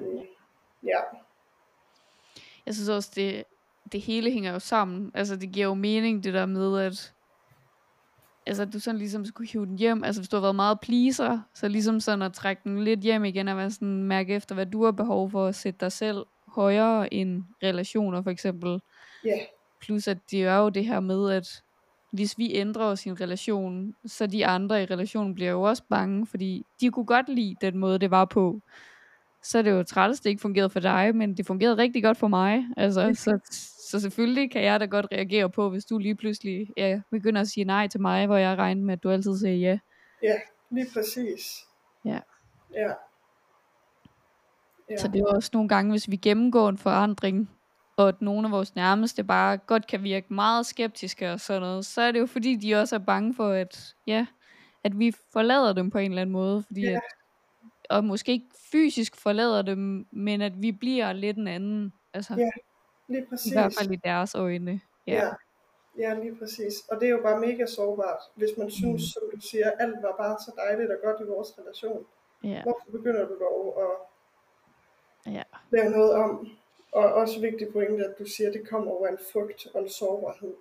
S1: Jeg synes også, det hele hænger jo sammen. Altså, det giver jo mening, det der med, at du sådan ligesom skulle hive den hjem. Altså, hvis du har været meget pleaser, så ligesom sådan at trække den lidt hjem igen, og være sådan, mærke efter, hvad du har behov for at sætte dig selv højere end relationer, for eksempel.
S2: Yeah.
S1: Plus, at det er jo det her med, at hvis vi ændrer os i en relation, så de andre i relationen bliver jo også bange, fordi de kunne godt lide den måde, det var på. Så er det jo træls, det ikke fungerede for dig, men det fungerede rigtig godt for mig. Altså, så selvfølgelig kan jeg da godt reagere på, hvis du lige pludselig begynder at sige nej til mig, hvor jeg regner med, at du altid siger ja.
S2: Ja, lige præcis.
S1: Ja.
S2: Ja. Ja.
S1: Så det er også nogle gange, hvis vi gennemgår en forandring, og at nogle af vores nærmeste bare godt kan virke meget skeptiske og sådan noget, så er det jo fordi, de også er bange for, at vi forlader dem på en eller anden måde, fordi
S2: Ja.
S1: og måske ikke fysisk forlader dem, men at vi bliver lidt en anden, altså
S2: Ja, lige præcis.
S1: i hvert fald i deres øjne.
S2: Ja, lige præcis. Og det er jo bare mega sårbart, hvis man synes, som du siger, alt var bare så dejligt og godt i vores relation. Hvorfor begynder du dog at lave noget om? Og også vigtigt pointe, at du siger, at det kommer over en frygt og en sårbarhed.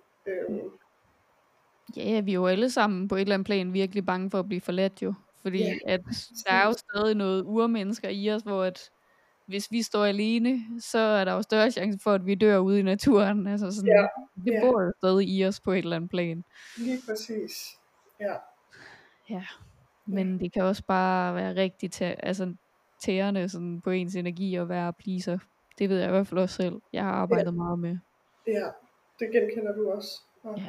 S1: Ja, vi er jo alle sammen på et eller andet plan virkelig bange for at blive forladt jo. Fordi at der er jo stadig noget urmennesker i os, hvor at hvis vi står alene, så er der jo større chance for, at vi dør ude i naturen. Altså sådan, det bor jo stadig i os på et eller andet plan.
S2: Lige præcis.
S1: Ja, men det kan også bare være rigtig tærende sådan på ens energi at være pleaser. Det ved jeg i hvert fald også selv. Jeg har arbejdet meget med.
S2: Ja, det genkender du også.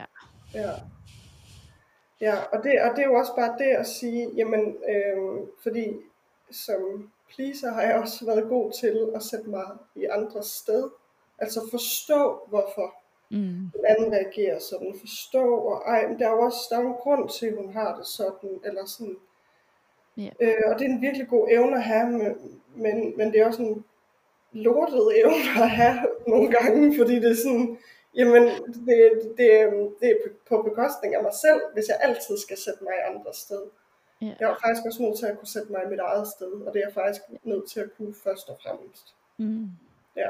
S2: Ja, og det er jo også bare det at sige, jamen, fordi som pleaser har jeg også været god til at sætte mig i andres sted. Altså forstå, hvorfor den anden reagerer sådan. Forstå, og der er jo en grund til, at hun har det sådan, eller sådan. Og det er en virkelig god evne at have, men det er også en lortet evne at have nogle gange, fordi det er sådan, jamen, det er på bekostning af mig selv, hvis jeg altid skal sætte mig i andres sted. Jeg er faktisk også nødt til at kunne sætte mig i mit eget sted, og det er jeg faktisk nødt til at kunne først og fremmest. Ja.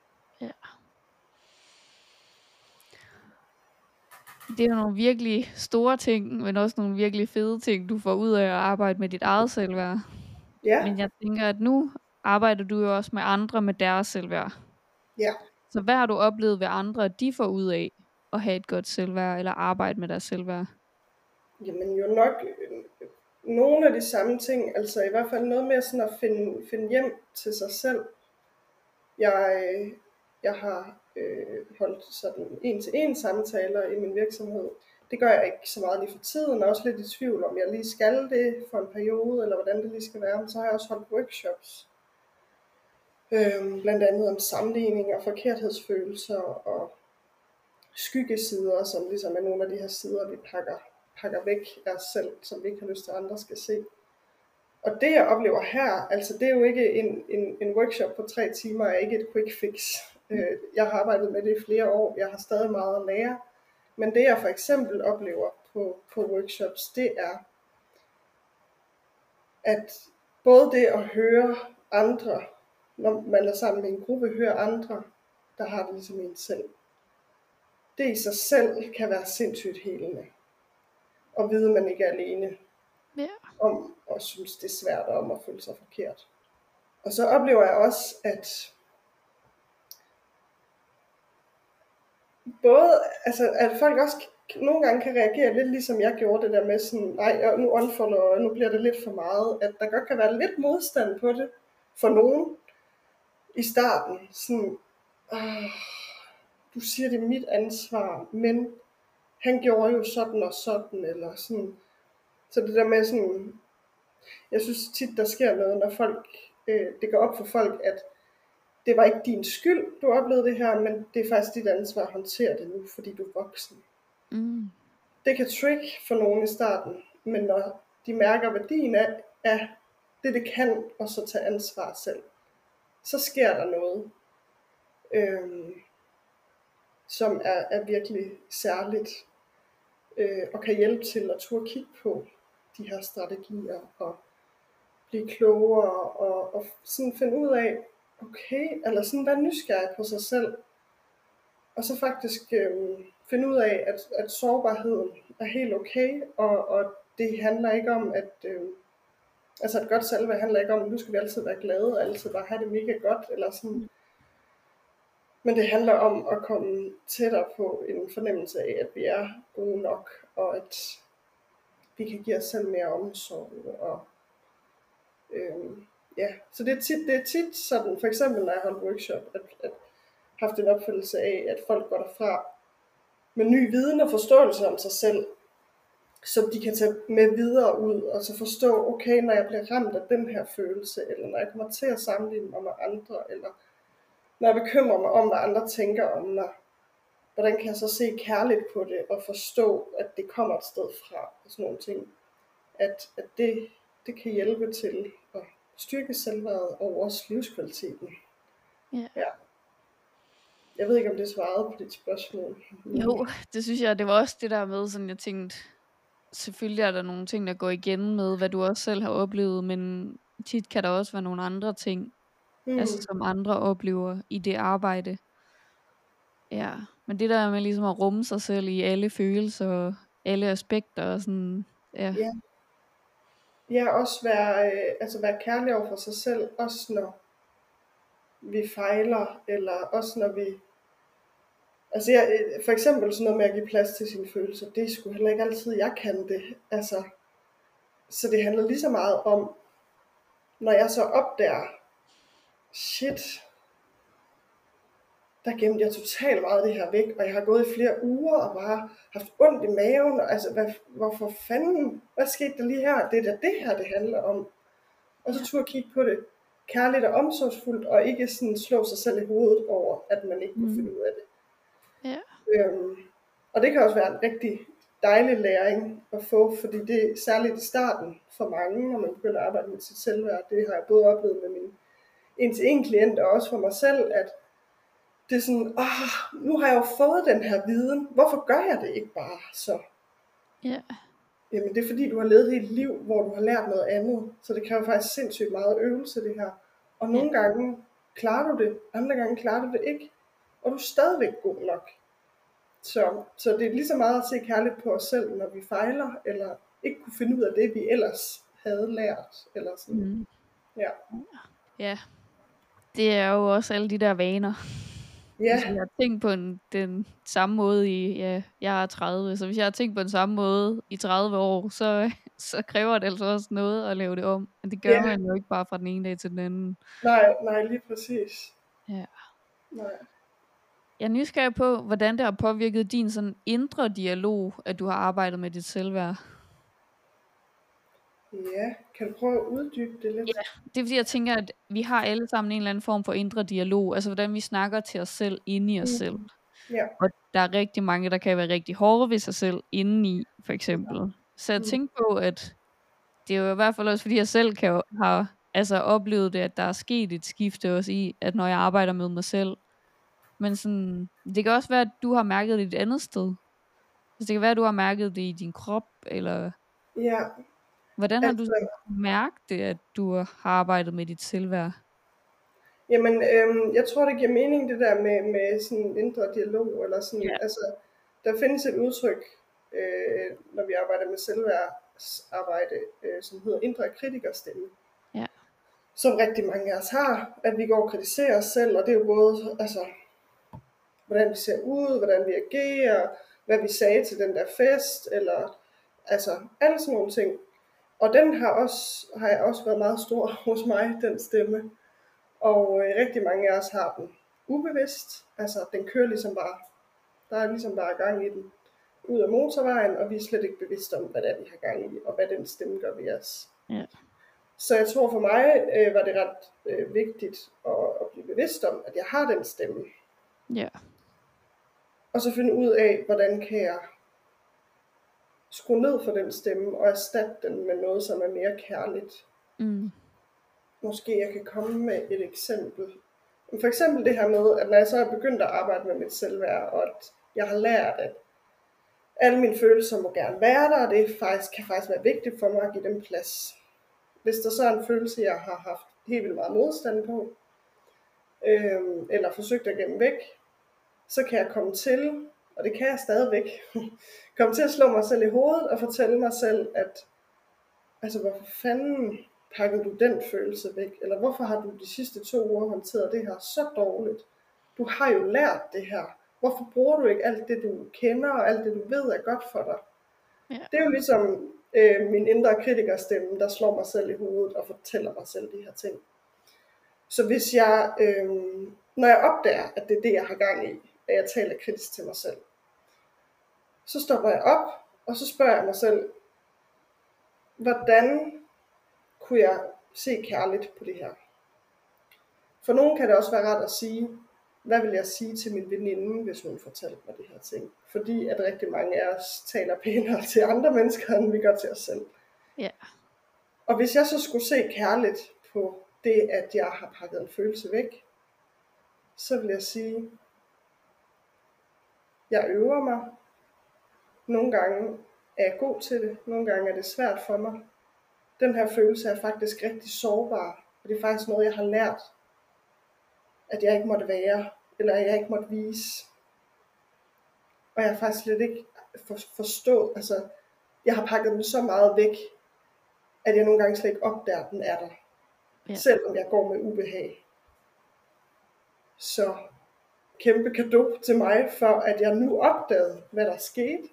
S1: Det er jo nogle virkelig store ting, men også nogle virkelig fede ting, du får ud af at arbejde med dit eget selvværd. Men jeg tænker, at nu arbejder du jo også med andre med deres selvværd. Så hvad har du oplevet ved andre, at de får ud af at have et godt selvværd, eller arbejde med deres selvværd?
S2: Jamen jo nok nogle af de samme ting, altså i hvert fald noget med sådan at finde hjem til sig selv. Jeg har holdt sådan 1-til-1 samtaler i min virksomhed. Det gør jeg ikke så meget lige for tiden, og også lidt i tvivl om jeg lige skal det for en periode, eller hvordan det lige skal være. Men så har jeg også holdt workshops, blandt andet om sammenligning og forkerthedsfølelser og skyggesider, som ligesom er nogle af de her sider, vi pakker væk af os selv, som vi ikke har lyst til, at andre skal se. Og det jeg oplever her, altså det er jo ikke en workshop på 3 timer, er ikke et quick fix. Jeg har arbejdet med det i flere år, jeg har stadig meget at lære. Men det jeg for eksempel oplever på workshops, det er, at både det at høre andre, når man er sammen med en gruppe, høre andre, der har det ligesom en selv. Det i sig selv kan være sindssygt helende. Og vide, at man ikke er alene. Om at synes, det er svært om at føle sig forkert. Og så oplever jeg også, at at folk også nogle gange kan reagere lidt ligesom jeg gjorde det der med sådan, nej, nu unfollower, og nu bliver det lidt for meget, at der godt kan være lidt modstand på det for nogen i starten. Sådan, du siger, det er mit ansvar, men han gjorde jo sådan og sådan, eller sådan. Så det der med sådan, jeg synes tit, der sker noget, når folk, det går op for folk, at det var ikke din skyld, du oplevede det her, men det er faktisk dit ansvar at håndtere det nu, fordi du er voksen. Det kan trick for nogen i starten, men når de mærker værdien af det kan, og så tage ansvar selv, så sker der noget, som er virkelig særligt, og kan hjælpe til at turde kigge på de her strategier, og blive klogere, og sådan finde ud af, okay, eller sådan være nysgerrig på sig selv, og så faktisk finde ud af, at sårbarheden er helt okay, og det handler ikke om, at altså et godt selvværd handler ikke om, at nu skal vi altid være glade, og altid bare have det mega godt, eller sådan. Men det handler om at komme tættere på en fornemmelse af, at vi er gode nok, og at vi kan give os selv mere omsorg. Og, ja. Så det er tit sådan, for eksempel når jeg holder workshop, at haft en opfattelse af, at folk går derfra med ny viden og forståelse om sig selv, som de kan tage med videre ud, og så forstå, okay, når jeg bliver ramt af den her følelse, eller når jeg kommer til at sammenligne mig med andre, eller når jeg bekymrer mig om, hvad andre tænker om mig, hvordan kan jeg så se kærligt på det, og forstå, at det kommer et sted fra, og sådan nogle ting. At det kan hjælpe til at styrke selvværdet og også livskvaliteten.
S1: Ja.
S2: Ja. Jeg ved ikke, om det svarede på dit spørgsmål.
S1: Jo, det synes jeg, det var også det der med, sådan jeg tænkte, selvfølgelig er der nogle ting, der går igen med, hvad du også selv har oplevet, men tit kan der også være nogle andre ting, altså som andre oplever i det arbejde. Ja, men det der med ligesom at rumme sig selv i alle følelser og alle aspekter og sådan, ja.
S2: Ja, også være kærlig over for sig selv, også når vi fejler, eller også når vi... Altså for eksempel sådan noget med at give plads til sine følelser, det er sgu heller ikke altid, jeg kan det. Altså, så det handler lige så meget om, når jeg så opdager, shit, der gemte jeg totalt meget det her væk, og jeg har gået i flere uger og bare haft ondt i maven, og altså, hvorfor fanden, hvad skete der lige her? Det er da det her, det handler om. Og så turde kigge på det kærligt og omsorgsfuldt, og ikke sådan slå sig selv i hovedet over, at man ikke kunne finde ud af det.
S1: Ja.
S2: Og det kan også være en rigtig dejlig læring at få, fordi det er særligt i starten for mange, når man begynder at arbejde med sit selvværd. Det har jeg både oplevet med min en-til-en klient, og også for mig selv, at det er sådan, nu har jeg jo fået den her viden, hvorfor gør jeg det ikke bare så?
S1: Ja.
S2: Jamen det er fordi, du har levet et liv, hvor du har lært noget andet, så det kræver faktisk sindssygt meget øvelse det her. Og nogle gange klarer du det, andre gange klarer du det ikke, og du er stadigvæk god nok. Så det er lige så meget at se kærligt på os selv, når vi fejler, eller ikke kunne finde ud af det, vi ellers havde lært. Eller sådan.
S1: Ja, det er jo også alle de der vaner.
S2: Ja.
S1: Hvis jeg har tænkt på den samme måde jeg er 30, så hvis jeg har tænkt på den samme måde i 30 år, så kræver det altså også noget at lave det om. Men det gør man jo ikke bare fra den ene dag til den anden.
S2: Nej, lige præcis.
S1: Ja.
S2: Nej.
S1: Jeg er nysgerrig på, hvordan det har påvirket din sådan indre dialog, at du har arbejdet med dit selvværd.
S2: Ja, kan du prøve at uddybe det lidt?
S1: Ja, det er fordi, jeg tænker, at vi har alle sammen en eller anden form for indre dialog, altså hvordan vi snakker til os selv, inde i os selv.
S2: Ja.
S1: Og der er rigtig mange, der kan være rigtig hårde ved sig selv, indeni, for eksempel. Så jeg tænker på, at det er jo i hvert fald også, fordi jeg selv har oplevet det, at der er sket et skifte også i, at når jeg arbejder med mig selv. Men sådan, det kan også være, at du har mærket det et andet sted. Så det kan være, at du har mærket det i din krop, eller...
S2: Ja.
S1: Hvordan har du mærket det, at du har arbejdet med dit selvværd?
S2: Jamen, jeg tror, det giver mening, det der med sådan en indre dialog, eller sådan, altså, der findes et udtryk, når vi arbejder med selvværdsarbejde, som hedder indre kritikerstemme.
S1: Ja.
S2: Som rigtig mange af os har, at vi går og kritiserer os selv, og det er jo både, altså, hvordan vi ser ud, hvordan vi agerer, hvad vi sagde til den der fest, eller, altså, alle sådan nogle ting. Og den har jeg også været meget stor hos mig, den stemme. Og rigtig mange af os har den ubevidst, altså den kører ligesom bare, der er ligesom bare gang i den, ud af motorvejen, og vi er slet ikke bevidste om, hvad det er, vi har gang i, og hvad den stemme gør ved os.
S1: Ja.
S2: Så jeg tror for mig var det ret vigtigt at blive bevidst om, at jeg har den stemme.
S1: Ja.
S2: Og så finde ud af, hvordan kan jeg skrue ned for den stemme, og erstatte den med noget, som er mere kærligt. Måske jeg kan komme med et eksempel. For eksempel det her med, at når jeg så er begyndt at arbejde med mit selvværd, og at jeg har lært, at alle mine følelser må gerne være der, og det kan faktisk være vigtigt for mig at give dem plads. Hvis der så er en følelse, jeg har haft helt vildt meget modstand på, eller forsøgt at gemme væk, så kan jeg komme til, og det kan jeg stadigvæk, komme til at slå mig selv i hovedet og fortælle mig selv, at altså hvorfor fanden pakkede du den følelse væk? Eller hvorfor har du de sidste 2 uger håndteret det her så dårligt? Du har jo lært det her. Hvorfor bruger du ikke alt det, du kender, og alt det, du ved er godt for dig?
S1: Ja.
S2: Det er jo ligesom min indre kritikerstemme, der slår mig selv i hovedet og fortæller mig selv de her ting. Så hvis jeg, når jeg opdager, at det er det, jeg har gang i, at jeg taler kritisk til mig selv, så stopper jeg op, og så spørger jeg mig selv, hvordan kunne jeg se kærligt på det her? For nogen kan det også være rart at sige, hvad vil jeg sige til min veninde, hvis hun fortalte mig de her ting? Fordi at rigtig mange af os taler pænere til andre mennesker, end vi gør til os selv.
S1: Ja.
S2: Og hvis jeg så skulle se kærligt på det, at jeg har pakket en følelse væk, så vil jeg sige, jeg øver mig. Nogle gange er jeg god til det, nogle gange er det svært for mig. Den her følelse er faktisk rigtig sårbar, og det er faktisk noget, jeg har lært, at jeg ikke måtte være, eller at jeg ikke måtte vise. Og jeg har faktisk slet ikke forstået, altså jeg har pakket den så meget væk, at jeg nogle gange slet ikke opdager, at den er der. Ja. Selvom jeg går med ubehag. Så kæmpe cadeau til mig, for at jeg nu opdagede, hvad der skete.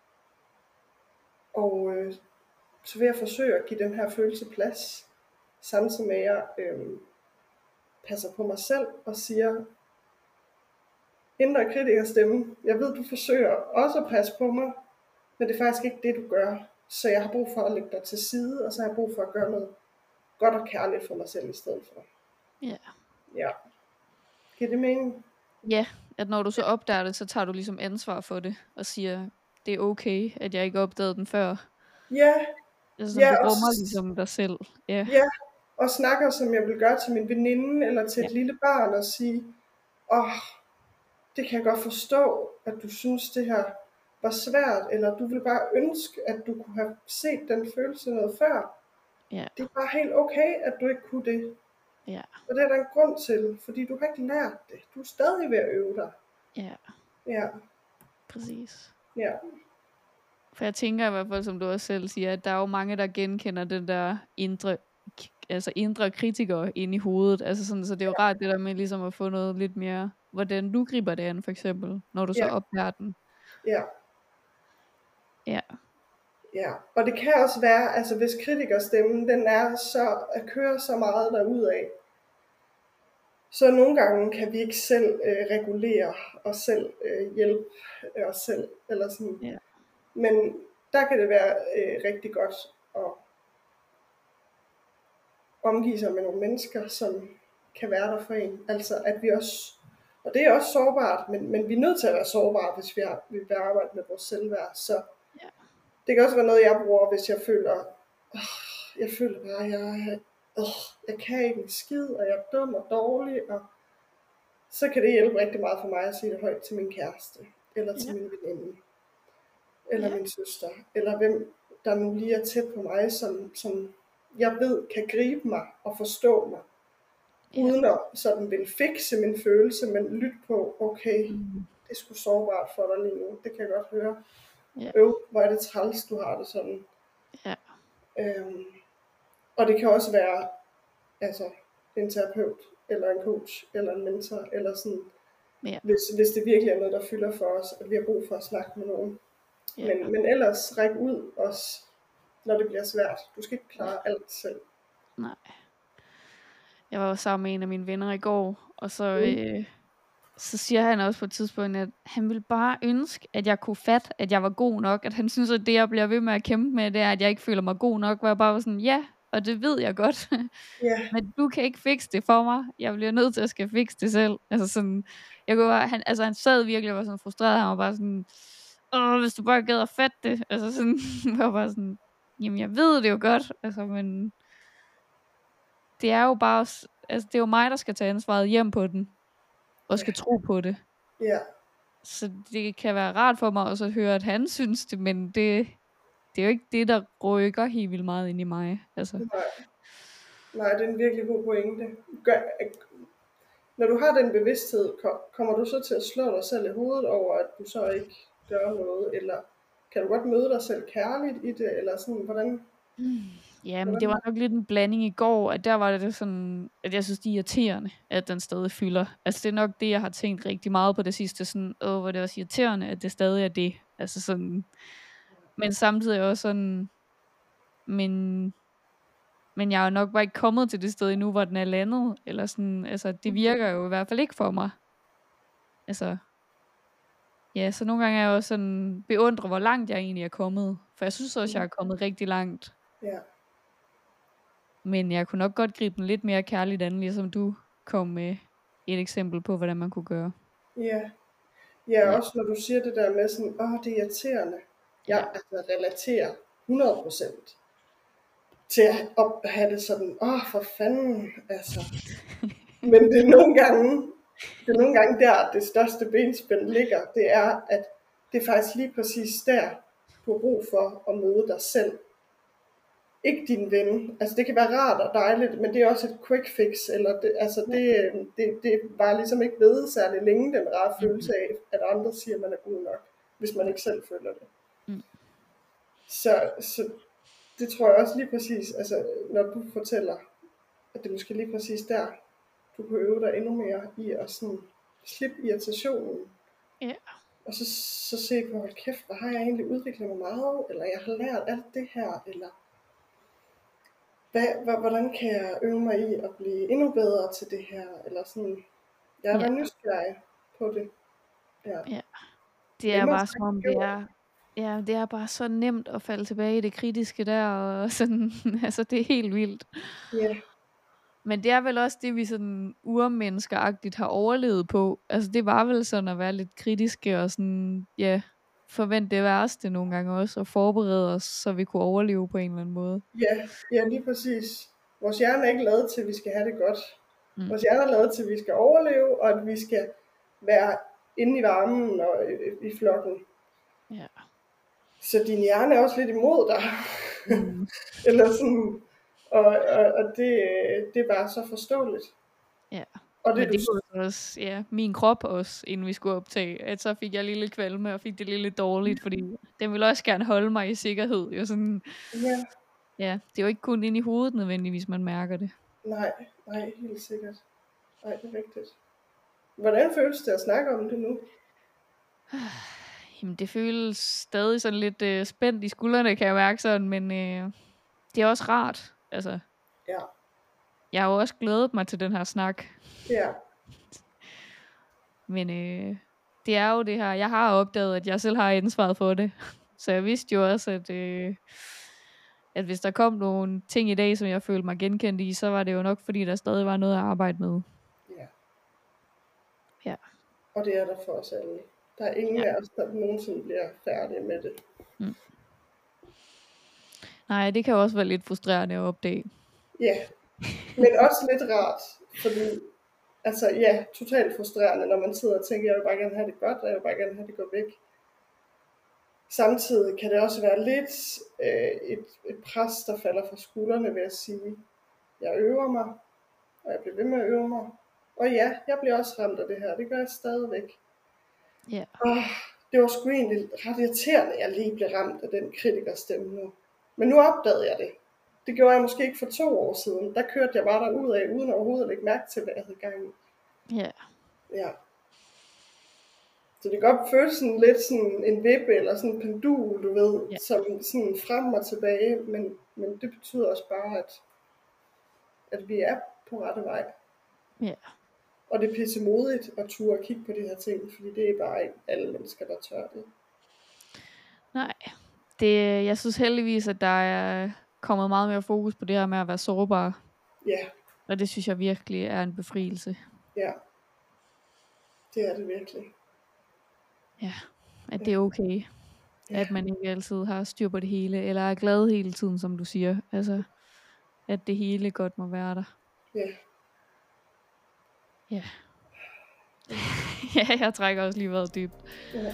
S2: Og så vil jeg forsøge at give den her følelse plads, samtidig med at jeg passer på mig selv og siger, indre kritikerstemme, jeg ved, du forsøger også at passe på mig, men det er faktisk ikke det, du gør. Så jeg har brug for at lægge dig til side, og så har jeg brug for at gøre noget godt og kærligt for mig selv i stedet for.
S1: Ja.
S2: Ja. Giver det mening?
S1: Ja, at når du så opdager det, så tager du ligesom ansvar for det, og siger, det er okay, at jeg ikke opdagede den før.
S2: Ja.
S1: Altså, ja, du rummer ligesom dig selv. Ja.
S2: Ja, og snakker, som jeg vil gøre til min veninde, eller til et lille barn, og sige, det kan jeg godt forstå, at du synes, det her var svært, eller du vil bare ønske, at du kunne have set den følelse noget før.
S1: Ja.
S2: Det er bare helt okay, at du ikke kunne det.
S1: Ja.
S2: Og det er der en grund til, fordi du har ikke lært det. Du er stadig ved at øve dig.
S1: Ja.
S2: Ja.
S1: Præcis.
S2: Ja.
S1: For jeg tænker i hvert fald, som du også selv siger, at der er jo mange, der genkender den der indre kritiker ind i hovedet. Altså sådan, så det er jo rart det der med ligesom at få noget lidt mere, hvordan du griber det an, for eksempel, når du så opdager den.
S2: Ja.
S1: Ja.
S2: Ja, og det kan også være, altså hvis kritikerstemmen, den er så at køre så meget derudad, så nogle gange kan vi ikke selv regulere os selv, hjælpe os selv, eller sådan.
S1: Ja.
S2: Men der kan det være rigtig godt at omgive sig med nogle mennesker, som kan være der for en. Altså at vi også, og det er også sårbart, men vi er nødt til at være sårbare, hvis vi vil arbejde med vores selvværd. Så det kan også være noget, jeg bruger, hvis jeg føler, bare, jeg kan ikke en skid, og jeg er dum og dårlig, og så kan det hjælpe rigtig meget for mig at sige det højt til min kæreste, eller til min veninde, eller min søster, eller hvem der nu lige er tæt på mig, som jeg ved kan gribe mig og forstå mig, uden at sådan vil fikse min følelse, men lytte på, okay, det er sgu sårbart for dig lige nu, det kan jeg godt høre. Hvor er det træls, du har det sådan.
S1: Ja.
S2: Og det kan også være altså en terapeut, eller en coach, eller en mentor, eller sådan, hvis det virkelig er noget, der fylder for os, at vi har brug for at snakke med nogen. Men ellers ræk ud også, når det bliver svært. Du skal ikke klare alt selv.
S1: Nej. Jeg var sammen med en af mine venner i går, og så siger han også på et tidspunkt, at han ville bare ønske, at jeg kunne fatte, at jeg var god nok. At han synes, at det, jeg bliver ved med at kæmpe med, det er, at jeg ikke føler mig god nok. Hvor jeg bare var sådan, ja, og det ved jeg godt. Men du kan ikke fikse det for mig. Jeg bliver nødt til at skal fikse det selv. Altså sådan, han sad virkelig og var sådan frustreret. Han var bare sådan, hvis du bare gad at fatte det. Altså sådan, jeg var bare sådan, jamen jeg ved det jo godt. Altså, men det er jo bare, altså det er jo mig, der skal tage ansvaret hjem på den. Og skal tro på det.
S2: Ja.
S1: Så det kan være rart for mig også at høre, at han synes det, men det er jo ikke det, der rykker helt vildt meget ind i mig. Altså.
S2: Nej, det er en virkelig god pointe. Når du har den bevidsthed, kommer du så til at slå dig selv i hovedet over, at du så ikke gør noget, eller kan du godt møde dig selv kærligt i det, eller sådan, hvordan?
S1: Ja, men det
S2: Hvordan
S1: var
S2: var
S1: nok lidt en blanding i går, at der var det sådan, at jeg synes, det er irriterende, at den stadig fylder. Altså, det er nok det, jeg har tænkt rigtig meget på det sidste, sådan, hvor det er også irriterende, at det stadig er det. Altså sådan, men samtidig også sådan, men, men jeg er jo nok bare ikke kommet til det sted endnu, hvor den er landet, eller sådan, altså, det virker jo i hvert fald ikke for mig. Altså, ja, så nogle gange er jeg også sådan, beundrer, hvor langt jeg egentlig er kommet, for jeg synes også, jeg er kommet rigtig langt.
S2: Ja,
S1: Men jeg kunne nok godt gribe den lidt mere kærligt an, ligesom du kom med et eksempel på, hvordan man kunne gøre.
S2: ja. Ja,
S1: Ja,
S2: også når du siger det der med sådan, det er irriterende.
S1: ja.
S2: Jeg altså relaterer 100% til at have det sådan, for fanden, altså. Men det er nogle gange der, det største benspænd ligger. Det er, at det er faktisk lige præcis der, du har brug for at møde dig selv. Ikke din ven. Altså det kan være rart og dejligt, men det er også et quick fix. Eller det var ligesom ikke ved særlig længe, den rare følelse af, at andre siger, at man er god nok, hvis man ikke selv føler det.
S1: Mm.
S2: Så det tror jeg også lige præcis, altså når du fortæller, at det måske lige præcis der, du kunne øve dig endnu mere i at sådan slippe irritationen.
S1: Ja.
S2: Og så se på, hold kæft, hvor har jeg egentlig udviklet mig meget, eller jeg har lært alt det her, eller hvordan kan jeg øve mig i at blive endnu bedre til det her, eller sådan, jeg er
S1: Ja.
S2: nysgerrig på det. Ja.
S1: Ja. Det er bare som om, det er bare så nemt at falde tilbage i det kritiske der, og sådan, altså det er helt vildt.
S2: Ja.
S1: Men det er vel også det, vi sådan urmenneskeragtigt har overlevet på. Altså det var vel sådan at være lidt kritiske og sådan, ja, forvente det værste nogle gange også, og forberede os, så vi kunne overleve på en eller anden måde.
S2: Ja, lige præcis. Vores hjerne er ikke lavet til, at vi skal have det godt.
S1: Mm.
S2: Vores hjerne er lavet til, at vi skal overleve, og at vi skal være inde i varmen og i flokken.
S1: Ja.
S2: Så din hjerne er også lidt imod dig.
S1: Mm.
S2: Eller sådan, og det er bare så forståeligt.
S1: Ja.
S2: Og
S1: Men det var også, ja, min krop også, inden vi skulle optage, at så fik jeg lille kvalme, og fik det lidt dårligt, fordi den ville også gerne holde mig i sikkerhed. Jo sådan,
S2: Ja.
S1: ja, det er jo ikke kun inde i hovedet nødvendigvis, man mærker det.
S2: Nej, helt sikkert. Nej, det er rigtigt. Hvordan føles det at snakke om det nu?
S1: Jamen, det føles stadig sådan lidt spændt i skuldrene, kan jeg mærke sådan, men det er også rart. Altså,
S2: Ja.
S1: jeg har jo også glædet mig til den her snak.
S2: Ja.
S1: Men det er jo det her, jeg har opdaget, at jeg selv har ansvaret for det. Så jeg vidste jo også, at hvis der kom nogle ting i dag, som jeg følte mig genkendt i, så var det jo nok, fordi der stadig var noget at arbejde med.
S2: Ja.
S1: Ja.
S2: Og det er der for os alle. Der er ingen af os, der nogensinde bliver færdige med det.
S1: Mm. Nej, det kan jo også være lidt frustrerende at opdage.
S2: Ja, men også lidt rart, fordi, altså ja, totalt frustrerende, når man sidder og tænker, jeg vil bare gerne have det godt, og jeg vil bare gerne have det gå væk. Samtidig kan det også være lidt et pres, der falder fra skuldrene ved at sige, jeg øver mig, og jeg bliver ved med at øve mig. Og ja, jeg bliver også ramt af det her, det gør jeg stadigvæk.
S1: Ja.
S2: Det var sgu egentlig ret irriterende, at jeg lige blev ramt af den kritikerstemme nu. Men nu opdagede jeg det. Det gjorde jeg måske ikke for 2 år siden. Der kørte jeg bare derudad, uden overhovedet at lægge mærke til, hvad jeg havde gang i.
S1: Ja.
S2: Ja. Så det kan godt føles sådan lidt sådan en vippe, eller sådan en pendul, du ved, som sådan frem og tilbage, men det betyder også bare, at vi er på rette vej.
S1: Ja.
S2: Og det er pissemodigt at turde kigge på de her ting, fordi det er bare ikke alle mennesker, der tør det.
S1: Nej. Jeg synes heldigvis, at der er kommet meget mere fokus på det her med at være sårbar.
S2: Ja.
S1: Og det synes jeg virkelig er en befrielse.
S2: Ja. Det er det virkelig.
S1: Ja, at det er okay. Ja. At man ikke altid har styr på det hele, eller er glad hele tiden, som du siger. Altså, at det hele godt må være der.
S2: Ja.
S1: Ja. Ja, jeg trækker også lige vejret dybt.
S2: Ja.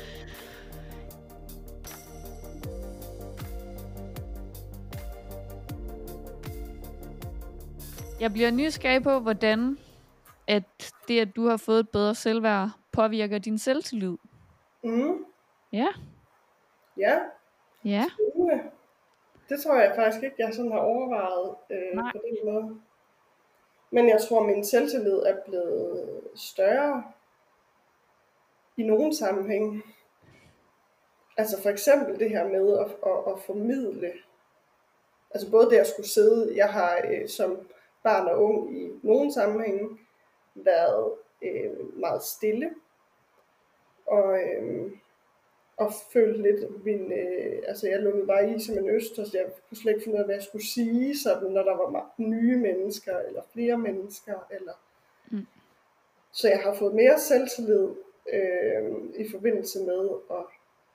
S1: Jeg bliver nysgerrig på, hvordan at det, at du har fået et bedre selvværd, påvirker din selvtillid.
S2: Mm.
S1: Ja.
S2: Ja.
S1: Ja.
S2: Spændende. Det tror jeg faktisk ikke, jeg sådan har overvejet
S1: Nej.
S2: på den måde. Men jeg tror, min selvtillid er blevet større i nogen sammenhæng. Altså for eksempel det her med at formidle. Altså både det at skulle sidde, jeg har som barn og ung i nogen sammenhænge været meget stille. Og følte lidt min, altså jeg lukkede bare i som en øster, så jeg kunne slet ikke finde ud af, hvad jeg skulle sige, sådan, når der var nye mennesker, eller flere mennesker, eller... Så jeg har fået mere selvtillid i forbindelse med at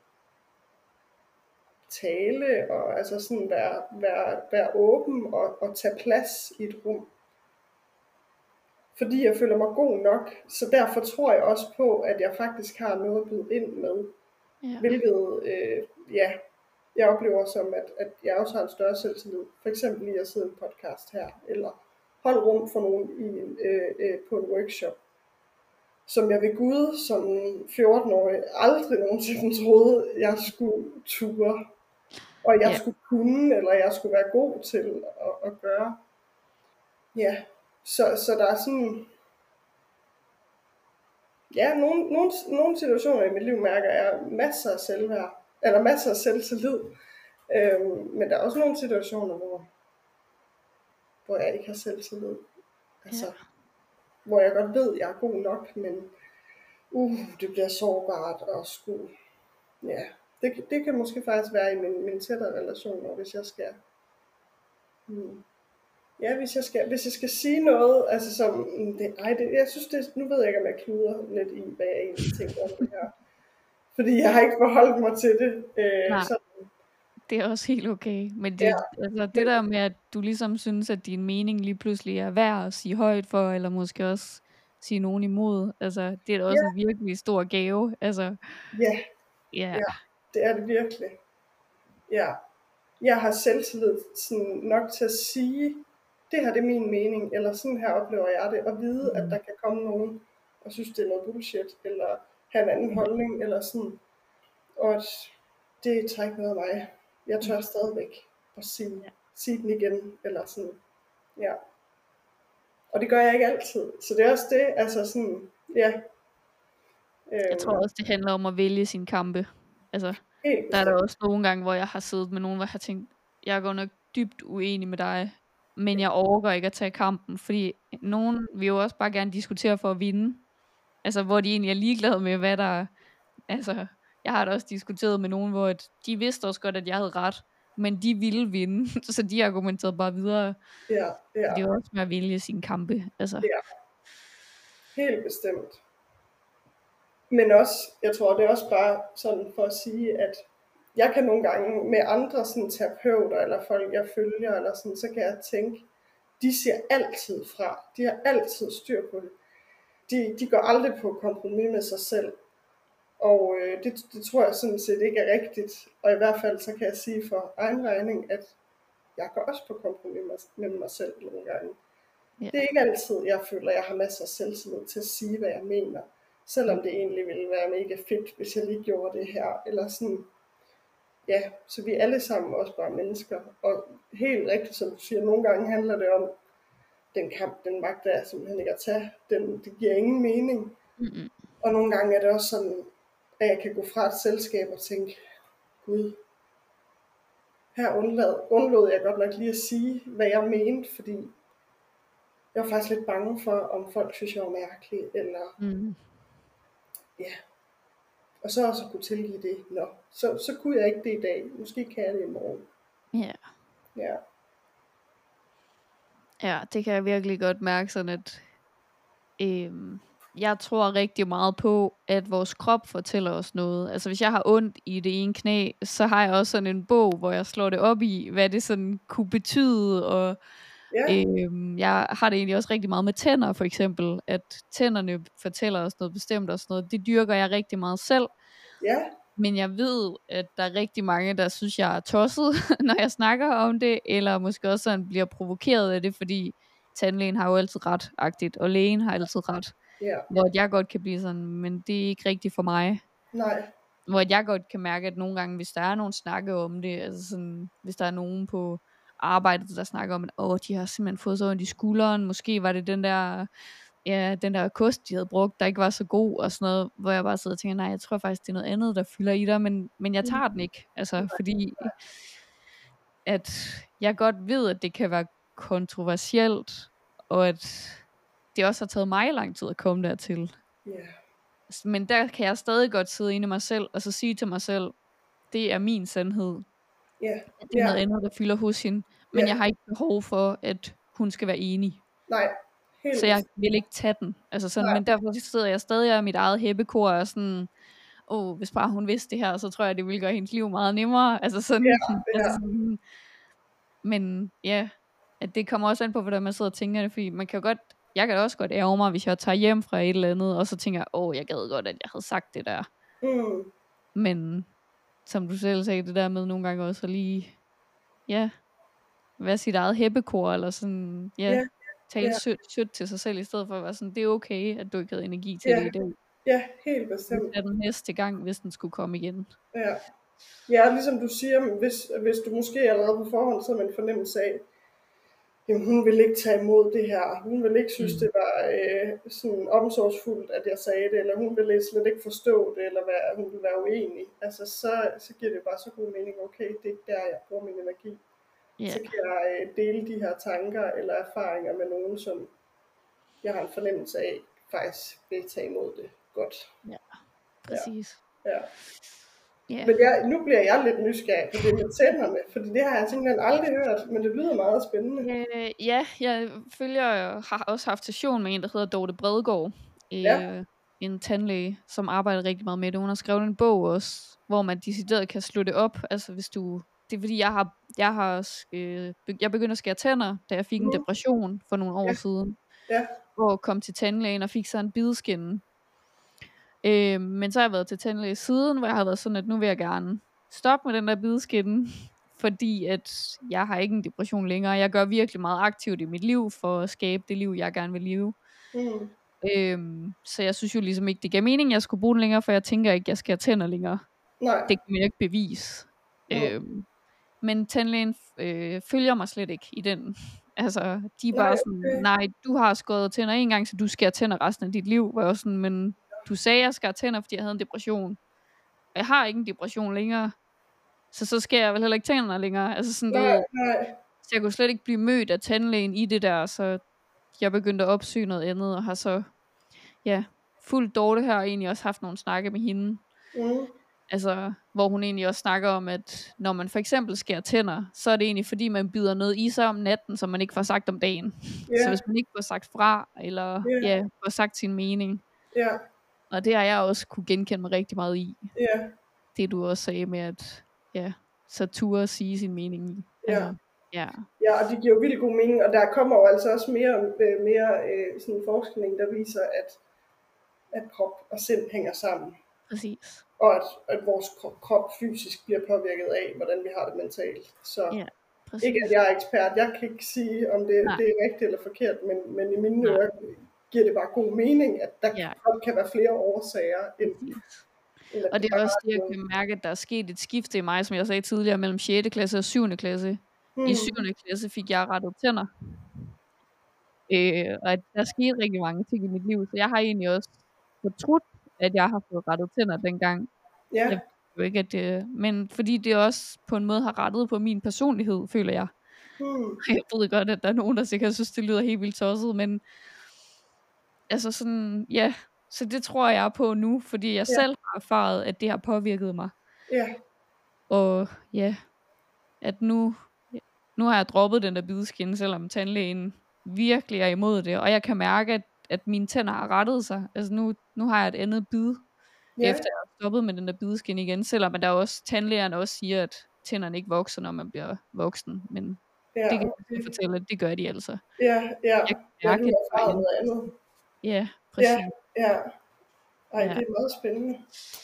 S2: tale, og altså sådan være åben og tage plads i et rum. Fordi jeg føler mig god nok, så derfor tror jeg også på, at jeg faktisk har noget at byde ind med.
S1: Ja.
S2: Hvilket, jeg oplever som, at jeg også har en større selvtillid. For eksempel i at sidde i en podcast her, eller holde rum for nogen på en workshop. Som jeg ved Gud som 14-årig aldrig nogensinde troede, jeg skulle ture. Og jeg skulle kunne, eller jeg skulle være god til at gøre. Ja, så der er sådan... Ja, nogle situationer i mit liv mærker jeg masser af selvværd, eller masser af selvtillid. Men der er også nogle situationer, hvor jeg ikke har selvtillid. Altså, hvor jeg godt ved, at jeg er god nok, men det bliver sårbart og skulle... Ja, det kan måske faktisk være i mine tættere relationer, hvis jeg skal... Ja, hvis jeg skal sige noget, altså som... jeg synes, nu ved jeg ikke, om jeg kluder lidt i, hvad jeg egentlig tænker om det her. Fordi jeg har ikke forholdt mig til det.
S1: Nej, det er også helt okay. Men det, altså, det der med, at du ligesom synes, at din mening lige pludselig er værd at sige højt for, eller måske også sige nogen imod, altså, det er da også en virkelig stor gave. Altså,
S2: ja, det er det virkelig. Ja, jeg har selvtillid sådan nok til at sige, det her det er min mening, eller sådan her oplever jeg det, og vide, at der kan komme nogen og synes, det er noget bullshit, eller have en anden holdning, eller sådan. Og at det tager ikke noget af mig. Jeg tør stadigvæk at sige den igen, eller sådan. Ja. Og det gør jeg ikke altid. Så det er også det, altså sådan, ja.
S1: Jeg tror også, det handler om at vælge sin kampe. Altså, der er der også nogle gange, hvor jeg har siddet med nogen, hvor jeg har tænkt, jeg er godt nok dybt uenig med dig, men jeg overgår ikke at tage kampen, fordi nogen vil jo også bare gerne diskutere for at vinde. Altså, hvor de egentlig er ligeglade med, hvad der... Altså, jeg har da også diskuteret med nogen, hvor de vidste også godt, at jeg havde ret, men de ville vinde, så de argumenterede bare videre.
S2: Ja.
S1: Det er jo også med at vælge sine kampe. Altså.
S2: Ja, helt bestemt. Men også, jeg tror, det er også bare sådan for at sige, at jeg kan nogle gange med andre sådan terapeuter, eller folk, jeg følger, eller sådan, så kan jeg tænke, de siger altid fra. De har altid styr på det. De går aldrig på kompromis med sig selv. Og det tror jeg sådan set ikke er rigtigt. Og i hvert fald så kan jeg sige for egen regning, at jeg går også på kompromis med mig selv nogle gange. Det er ikke altid, jeg føler, at jeg har masser af selvtillid til at sige, hvad jeg mener. Selvom det egentlig ville være mega fedt, hvis jeg lige gjorde det her. Eller sådan, ja, så vi er alle sammen også bare mennesker. Og helt rigtigt, som du siger, nogle gange handler det om, den kamp, den magt, der er simpelthen ikke at tage. Det giver ingen mening. Og nogle gange er det også sådan, at jeg kan gå fra et selskab og tænke, Gud, her undlod jeg godt nok lige at sige, hvad jeg mente, fordi jeg var faktisk lidt bange for, om folk synes, jeg var mærkelig, eller ja. Og så også kunne tilgive det. Så kunne jeg ikke det i dag. Måske kan jeg det i morgen.
S1: Ja, det kan jeg virkelig godt mærke sådan, at jeg tror rigtig meget på, at vores krop fortæller os noget. Altså hvis jeg har ondt i det ene knæ, så har jeg også sådan en bog, hvor jeg slår det op i, hvad det sådan kunne betyde, og jeg har det egentlig også rigtig meget med tænder, for eksempel, at tænderne fortæller os noget bestemt og sådan noget. Det dyrker jeg rigtig meget selv. Men jeg ved, at der er rigtig mange, der synes, jeg er tosset, når jeg snakker om det, eller måske også sådan bliver provokeret af det, fordi tandlægen har jo altid ret-agtigt, og lægen har altid ret. Hvor jeg godt kan blive sådan, men det er ikke rigtigt for mig.
S2: Nej.
S1: hvor jeg godt kan mærke, at nogle gange, hvis der er nogen snakke om det, altså sådan, hvis der er nogen på arbejdet, der snakker om, at de har simpelthen fået så ondt i skulderen, måske var det den der kost, de havde brugt, der ikke var så god, og sådan noget, hvor jeg bare sidder og tænker, nej, jeg tror faktisk, det er noget andet, der fylder i dig, men jeg tager den ikke, altså, fordi at jeg godt ved, at det kan være kontroversielt, og at det også har taget mig lang tid at komme dertil.
S2: Ja.
S1: Men der kan jeg stadig godt sidde inde i mig selv, og så sige til mig selv, det er min sandhed.
S2: Ja.
S1: Det er noget andet, der fylder hos hende. Men
S2: Ja.
S1: jeg har ikke behov for, at hun skal være enig.
S2: Nej. Helt
S1: Så jeg vil ikke tage den. Altså sådan, men derfor sidder jeg stadig i mit eget heppekor og sådan, hvis bare hun vidste det her, så tror jeg, det ville gøre hendes liv meget nemmere. Altså sådan, altså sådan. Men ja, at det kommer også an på, hvordan man sidder og tænker det, fordi man kan godt, jeg kan også godt ærge mig, hvis jeg tager hjem fra et eller andet, og så tænker jeg, jeg gad godt, at jeg havde sagt det der. Men som du selv sagde, det der med nogle gange også at lige, være sit eget heppekor, eller sådan, tale sødt til sig selv, i stedet for at være sådan, det er okay, at du ikke havde energi til det i dag.
S2: Ja, helt bestemt.
S1: Det er den næste gang, hvis den skulle komme igen.
S2: Ja, ligesom du siger, hvis du måske allerede på forhånd så med en fornemmelse af, jamen hun ville ikke tage imod det her, hun ville ikke synes, det var sådan omsorgsfuldt, at jeg sagde det, eller hun ville slet ikke forstå det, eller hun ville være uenig. Altså så giver det bare så god mening, okay, det er ikke der, jeg bruger min energi. Så kan jeg dele de her tanker eller erfaringer med nogen, som jeg har en fornemmelse af, faktisk vil tage imod det godt.
S1: Ja, præcis.
S2: Ja. Men nu bliver jeg lidt nysgerrig på det med tænderne, fordi det har jeg simpelthen aldrig hørt, men det lyder meget spændende.
S1: Jeg har også haft session med en, der hedder Dorte Bredegaard, en tandlæge, som arbejder rigtig meget med det. Hun har skrevet en bog også, hvor man decideret kan slå det op. Altså hvis du, det er fordi jeg begyndte at skære tænder, da jeg fik en depression for nogle år siden, og kom til tandlægen og fik så en bideskinne. Men så har jeg været til tandlæge siden, hvor jeg har været sådan, at nu vil jeg gerne stoppe med den der bideskinne, fordi at jeg har ikke en depression længere. Jeg gør virkelig meget aktivt i mit liv for at skabe det liv, jeg gerne vil leve. Så jeg synes jo ligesom ikke, det gav mening, jeg skulle bruge den længere, for jeg tænker ikke, jeg skal have tænder længere.
S2: Nej.
S1: Det kan jeg ikke bevise. Men tandlægen følger mig slet ikke i den. Altså, de er bare sådan, nej, du har skåret tænder en gang, så du skal have tænder resten af dit liv. Hvor jeg også sådan, men du sagde, jeg skal have tænder, fordi jeg havde en depression. Og jeg har ikke en depression længere. Så skal jeg vel heller ikke tænder længere. Altså sådan, så jeg kunne slet ikke blive mødt af tandlægen i det der, så jeg begyndte at opsøge noget andet, og har så, fuldt Dorte her, og egentlig også haft nogle snakke med hende. Altså, hvor hun egentlig også snakker om, at når man for eksempel skærer tænder, så er det egentlig fordi, man bider noget i sig om natten, som man ikke får sagt om dagen. Så hvis man ikke får sagt fra, eller får sagt sin mening. Og det har jeg også kunne genkende mig rigtig meget i. Det du også sagde med, at så turde sige sin mening i. Altså,
S2: og det giver jo vildt god mening, og der kommer jo altså også mere sådan forskning, der viser, at krop og sind hænger sammen.
S1: Præcis.
S2: Og at vores krop fysisk bliver påvirket af, hvordan vi har det mentalt. Så ikke at jeg er ekspert, jeg kan ikke sige, om det er rigtigt eller forkert, men i mine ører giver det bare god mening, at der kan være flere årsager end
S1: og det er også det, jeg kan mærke, at der er sket et skifte i mig, som jeg sagde tidligere, mellem 6. klasse og 7. klasse. I 7. klasse fik jeg rettet tænder. Og der skete rigtig mange ting i mit liv, så jeg har egentlig også fortrudt, at jeg har fået rettet tænder dengang. Jeg ved jo ikke, at det, men fordi det også på en måde har rettet på min personlighed, føler jeg. Jeg ved godt, at der er nogen, der sikkert synes, det lyder helt vildt tosset, men altså sådan, så det tror jeg på nu, fordi jeg selv har erfaret, at det har påvirket mig. Og at nu har jeg droppet den der bideskinne, selvom tandlægen virkelig er imod det, og jeg kan mærke, at mine tænder har rettet sig. Altså nu har jeg et andet bid, efter jeg har stoppet med den der bideskinne igen, selvom der også tandlægerne også siger, at tænderne ikke vokser, når man bliver voksen, men det kan jeg fortælle, at det gør de altså.
S2: Jeg kan mærke, du har erfaret noget andet.
S1: Ja, præcis.
S2: Ej, det er meget spændende.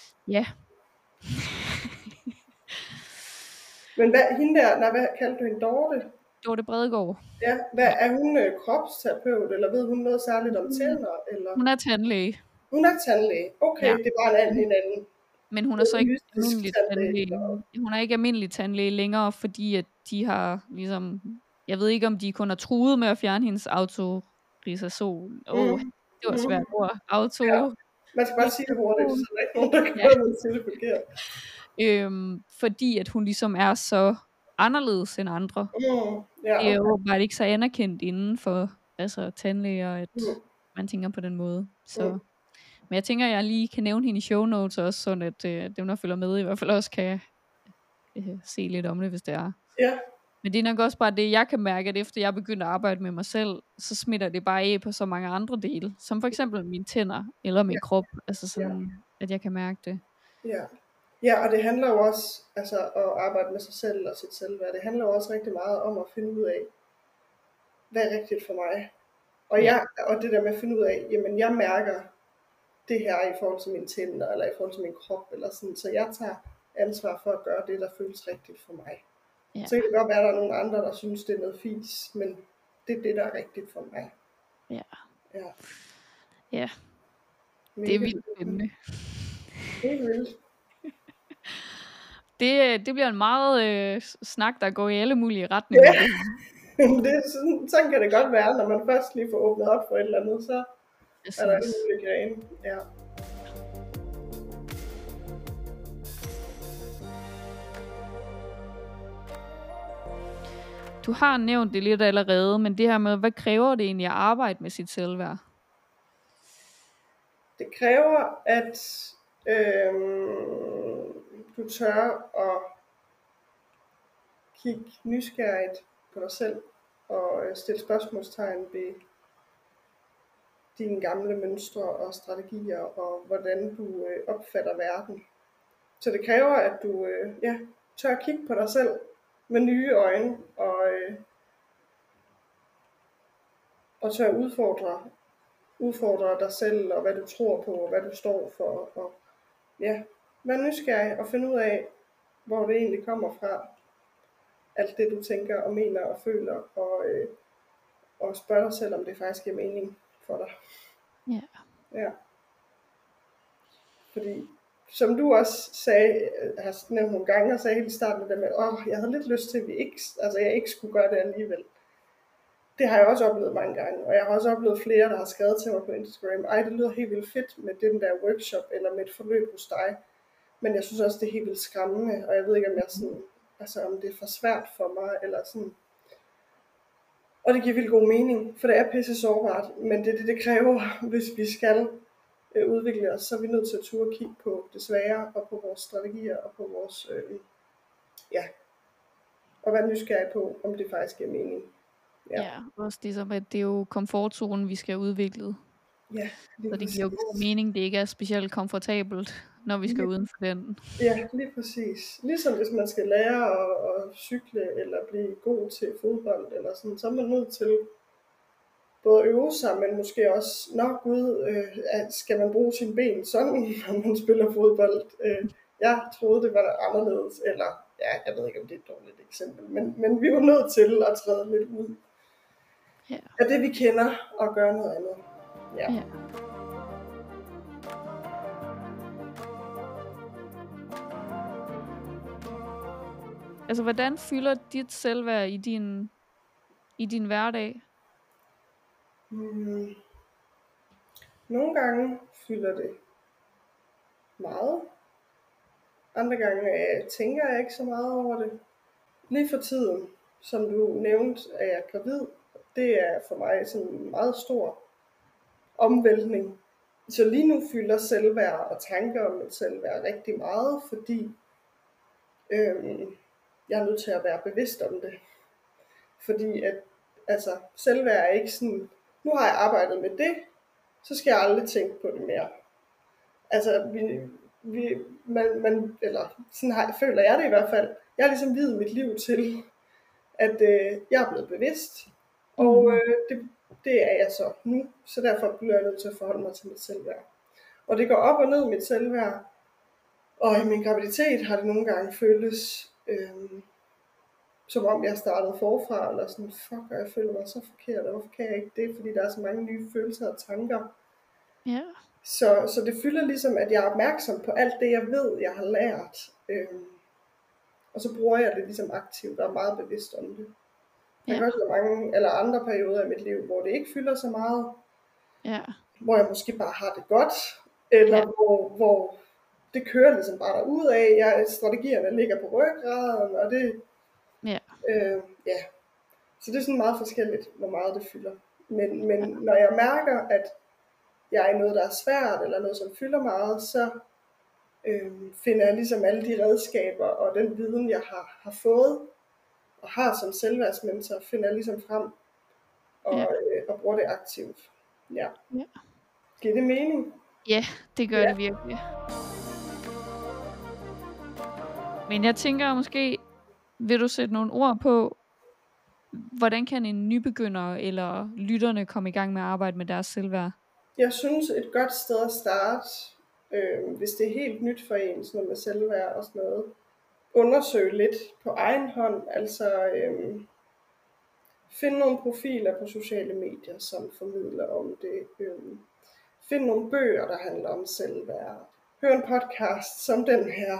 S2: Men hvad kaldte du hende, Dorte?
S1: Dorte Bredegaard.
S2: Er hun kropsterapeut, eller ved hun noget særligt om tænder? Eller?
S1: Hun er tandlæge.
S2: Hun er tandlæge. Okay, det er bare en anden.
S1: Men hun er så ikke
S2: Holistisk
S1: almindelig
S2: tandlæge.
S1: tandlæge. Hun er ikke almindelig tandlæge længere, fordi at de har ligesom, jeg ved ikke om de kun har truet med at fjerne hendes autorisation. Det var et svært ord.
S2: Ja. Man skal bare sige det hurtigt, så der er ikke nogen, der kan
S1: Ja.
S2: høre, man siger det forkert.
S1: Fordi at hun ligesom er så anderledes end andre.
S2: Ja,
S1: Det er
S2: okay.
S1: jo bare ikke så anerkendt inden for tandlæger, at man tænker på den måde. Så. Men jeg tænker, at jeg lige kan nævne hende i show notes også, sådan at dem, der følger med, i hvert fald også kan se lidt om det, hvis det er.
S2: Ja.
S1: Men det er nok også bare det, jeg kan mærke, at efter jeg begynder at arbejde med mig selv, så smitter det bare af på så mange andre dele, som for eksempel mine tænder eller min krop, altså sådan, at jeg kan mærke det.
S2: Ja, og det handler jo også, altså at arbejde med sig selv og sit selvværd, det handler jo også rigtig meget om at finde ud af, hvad er rigtigt for mig. Og det der med at finde ud af, jamen jeg mærker det her i forhold til mine tænder, eller i forhold til min krop, eller sådan, så jeg tager ansvar for at gøre det, der føles rigtigt for mig. Ja. Så kan det godt være, at der er nogle andre, der synes, det er noget fis, men det er det, der er rigtigt for mig.
S1: Ja. Det er vildt spændende.
S2: Helt vildt.
S1: Det bliver en meget snak, der går i alle mulige retninger.
S2: Ja. Sådan kan det godt være, når man først lige får åbnet op for et eller andet, så er der alle mulige grene. Ja.
S1: Du har nævnt det lidt allerede, men det her med, hvad kræver det egentlig at arbejde med sit selvværd?
S2: Det kræver, at du tør at kigge nysgerrigt på dig selv og stille spørgsmålstegn ved dine gamle mønstre og strategier og hvordan du opfatter verden. Så det kræver, at du tør at kigge på dig selv med nye øjne og tør at udfordre dig selv og hvad du tror på og hvad du står for. Og vær nysgerrig og finde ud af, hvor det egentlig kommer fra. Alt det du tænker og mener og føler og spørge dig selv, om det faktisk giver mening for dig. Ja. Fordi som du også sagde, har nævnt nogle gange og sagde helt i starten det med, jeg havde lidt lyst til, at jeg ikke skulle gøre det alligevel. Det har jeg også oplevet mange gange, og jeg har også oplevet flere, der har skrevet til mig på Instagram, det lyder helt vildt fedt med den der workshop eller med et forløb hos dig, men jeg synes også, det er helt vildt skræmmende, og jeg ved ikke, om jeg sådan, om det er for svært for mig, eller sådan. Og det giver vildt god mening, for det er pisse sårbart, men det kræver, hvis vi skal udvikle os, så er vi nødt til at turde kigge på det svære, og på vores strategier, og på vores, og være nysgerrig på, om det faktisk giver mening.
S1: Ja, også ligesom, at det er jo komfortzonen, vi skal have udviklet.
S2: Ja,
S1: så det giver jo god mening, det ikke er specielt komfortabelt, når vi skal uden for den.
S2: Ja, lige præcis. Ligesom hvis man skal lære at cykle, eller blive god til fodbold, eller sådan, så er man nødt til både at øve sig, men måske også, skal man bruge sine ben sådan, når man spiller fodbold. Jeg troede, det var anderledes, eller jeg ved ikke, om det er et dårligt eksempel, men vi var nødt til at træde lidt ud af det, vi kender, og gøre noget andet. Ja.
S1: Altså, hvordan fylder dit selvværd i din hverdag?
S2: Nogle gange fylder det meget. Andre gange tænker jeg ikke så meget over det. Lige for tiden, som du nævnte, er jeg gravid. Det er for mig sådan en meget stor omvæltning. Så lige nu fylder selvværd og tanker om et selvværd rigtig meget, fordi jeg er nødt til at være bevidst om det. Fordi at selvværd er ikke sådan, nu har jeg arbejdet med det, så skal jeg aldrig tænke på det mere. Altså, eller sådan føler jeg det i hvert fald. Jeg har ligesom viet mit liv til, at jeg er blevet bevidst, og det er jeg så nu, så derfor bliver jeg nødt til at forholde mig til mit selvværd. Og det går op og ned mit selvværd, og i min graviditet har det nogle gange føltes, som om jeg startede forfra, eller sådan, og jeg føler mig så forkert, og hvorfor kan jeg ikke det, fordi der er så mange nye følelser og tanker.
S1: Ja.
S2: Så det fylder ligesom, at jeg er opmærksom på alt det, jeg ved, jeg har lært. Og så bruger jeg det ligesom aktivt og er meget bevidst om det. Der kan også være mange eller andre perioder i mit liv, hvor det ikke fylder så meget.
S1: Ja.
S2: Hvor jeg måske bare har det godt. Eller hvor det kører ligesom bare derudad. Strategierne ligger på ryggraden, og det... Ja. Så det er sådan meget forskelligt, hvor meget det fylder. Men når jeg mærker, at jeg er i noget, der er svært, eller noget, som fylder meget, så finder jeg ligesom alle de redskaber og den viden, jeg har fået og har som selvværdsmentor, finder jeg ligesom frem og bruger det aktivt. Ja. Giver det mening?
S1: Ja, det gør det virkelig. Men jeg tænker måske, vil du sætte nogle ord på, hvordan kan en nybegynder eller lytterne komme i gang med at arbejde med deres selvværd?
S2: Jeg synes, et godt sted at starte, hvis det er helt nyt for en, sådan noget med selvværd og sådan noget, undersøge lidt på egen hånd, altså find nogle profiler på sociale medier, som formidler om det. Find nogle bøger, der handler om selvværd. Hør en podcast som den her,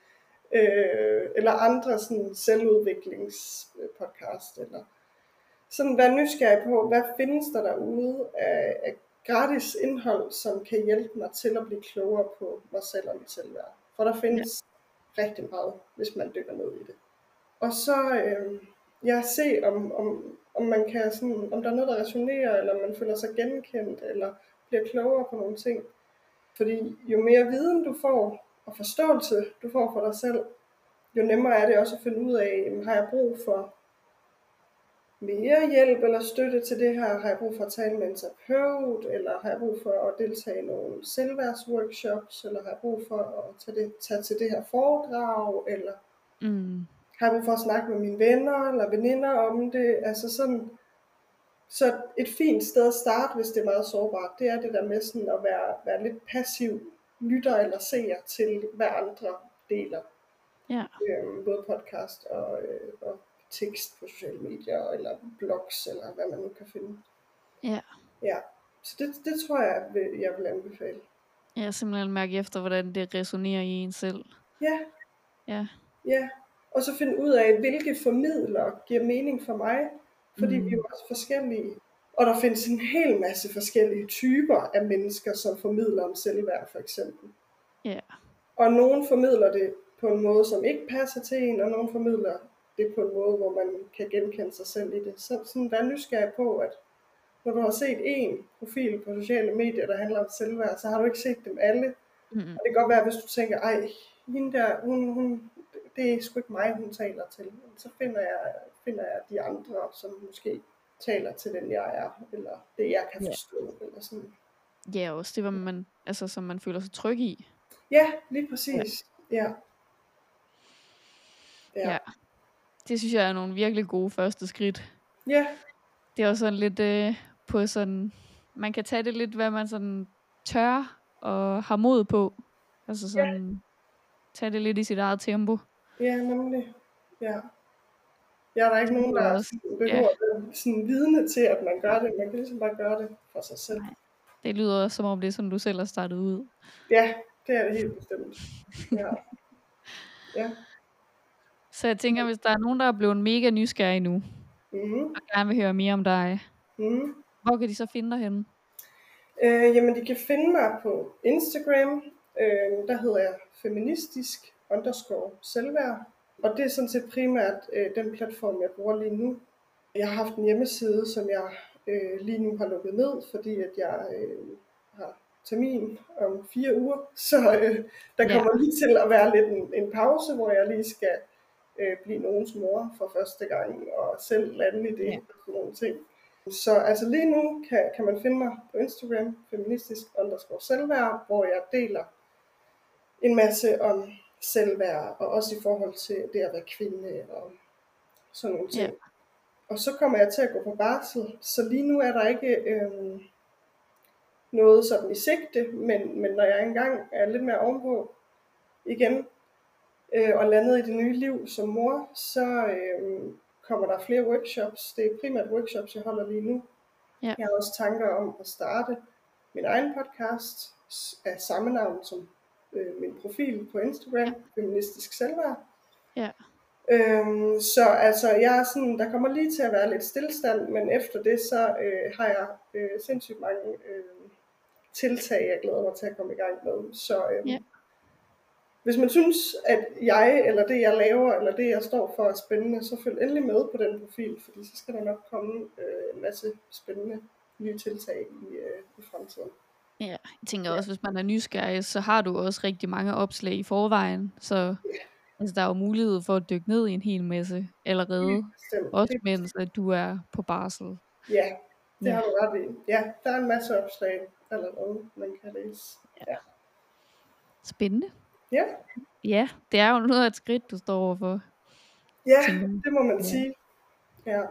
S2: eller andre sådan selvudviklingspodcast, eller sådan vær nysgerrig på, hvad findes der derude af gratis indhold, som kan hjælpe mig til at blive klogere på mig selv og mit selvværd. For der findes rigtig meget, hvis man dykker ned i det. Og så se om man kan sådan, om der er noget, der resonerer, eller man føler sig genkendt, eller bliver klogere på nogle ting. Fordi jo mere viden du får, og forståelse du får for dig selv, jo nemmere er det også at finde ud af, har jeg brug for mere hjælp eller støtte til det her? Har jeg brug for at tale med en terapeut? Eller har jeg brug for at deltage i nogle selvværdsworkshops? Eller har jeg brug for at tage til det her foredrag? Eller har jeg brug for at snakke med mine venner eller veninder om det? Altså sådan, så et fint sted at starte, hvis det er meget sårbart, det er det der med sådan at være lidt passiv lytter eller seer til, hvad andre deler. Både podcast og tekst på sociale medier, eller blogs, eller hvad man nu kan finde. Ja. Så det tror jeg vil anbefale.
S1: Ja, simpelthen mærke efter, hvordan det resonerer i en selv. Ja.
S2: Og så finde ud af, hvilke formidlere giver mening for mig, fordi vi er jo også forskellige. Og der findes en hel masse forskellige typer af mennesker, som formidler om selvværd, for eksempel. Og nogen formidler det på en måde, som ikke passer til en, og nogen formidler det på en måde, hvor man kan genkende sig selv i det. Så sådan vær nysgerrig på, at når du har set en profil på sociale medier, der handler om selvværd, så har du ikke set dem alle. Og det kan godt være, hvis du tænker, ej, hende der, hun, det er sgu ikke mig, hun taler til. Så finder jeg de andre, som måske taler til den, jeg er, eller det, jeg kan forstå, eller sådan.
S1: Ja, også det, man, altså, som man føler sig tryg i.
S2: Ja, lige præcis. Ja.
S1: Det synes jeg er nogle virkelig gode første skridt.
S2: Ja.
S1: Det er også sådan lidt på sådan, man kan tage det lidt, hvad man sådan tør og har mod på. Altså sådan, tage det lidt i sit eget tempo.
S2: Ja, nemlig. Ja. Der er ikke nogen, der behøver sådan vidne til, at man gør det. Man kan ligesom bare gøre det for sig selv.
S1: Nej. Det lyder som om det er sådan, du selv har startet ud.
S2: Ja, det er det helt bestemt. Ja.
S1: Så jeg tænker, hvis der er nogen, der er blevet mega nysgerrige nu, og gerne vil høre mere om dig, hvor kan de så finde dig henne?
S2: Jamen, de kan finde mig på Instagram. Der hedder jeg feministisk_selvværd. Og det er sådan set primært den platform, jeg bruger lige nu. Jeg har haft en hjemmeside, som jeg lige nu har lukket ned, fordi at jeg har termin om 4 uger. Så der kommer lige til at være lidt en pause, hvor jeg lige skal blive nogens mor for første gang, og selv lande i det og sådan nogle ting. Så altså lige nu kan man finde mig på Instagram, feministisk_selvværd, hvor jeg deler en masse om selvværd, og også i forhold til det at være kvinde og sådan nogle ting. Og så kommer jeg til at gå på barsel, så lige nu er der ikke noget sådan i sigte, men når jeg engang er lidt mere ovenpå igen, og landet i det nye liv som mor, så kommer der flere workshops. Det er primært workshops, jeg holder lige nu. Jeg har også tanker om at starte min egen podcast, af samme navn som min profil på Instagram, Feministisk Selvværd.
S1: Ja.
S2: Så altså, jeg er sådan, der kommer lige til at være lidt stillestand, men efter det, så har jeg sindssygt mange tiltag, jeg glæder mig til at komme i gang med. Så hvis man synes, at jeg, eller det jeg laver, eller det jeg står for er spændende, så følg endelig med på den profil, fordi så skal der nok komme en masse spændende nye tiltag i fremtiden.
S1: Ja, jeg tænker også, hvis man er nysgerrig, så har du også rigtig mange opslag i forvejen, så altså, der er jo mulighed for at dykke ned i en hel masse allerede, også mens at du er på barsel.
S2: Ja, det har du ret i. Ja, der er en masse opslag allerede, man kan læse. Ja.
S1: Spændende.
S2: Ja.
S1: Ja, det er jo noget af et skridt, du står overfor.
S2: Ja, det må man sige. Ja.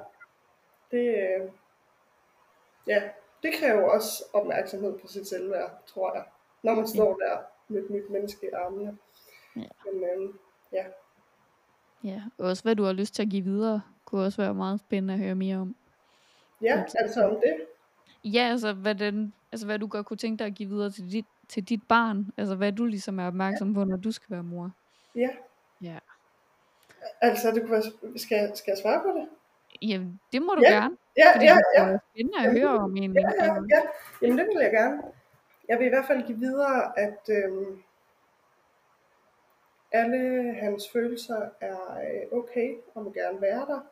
S2: Det kræver også opmærksomhed på sit selvværd, tror jeg, når man står der med et nyt menneske i armene.
S1: Ja.
S2: Men
S1: ja, og også hvad du har lyst til at give videre, kunne også være meget spændende at høre mere om.
S2: Ja, altså om det?
S1: Ja, altså hvad du godt kunne tænke dig at give videre til dit barn, altså hvad du ligesom er opmærksom på, når du skal være mor.
S2: Ja.
S1: Ja.
S2: Altså, det kunne være, skal jeg svare på det?
S1: Jamen, det må du gerne.
S2: Fordi
S1: det er spændende at høre om egentlig.
S2: Ja. Jamen, det vil jeg gerne. Jeg vil i hvert fald give videre, at alle hans følelser er okay og må gerne være der.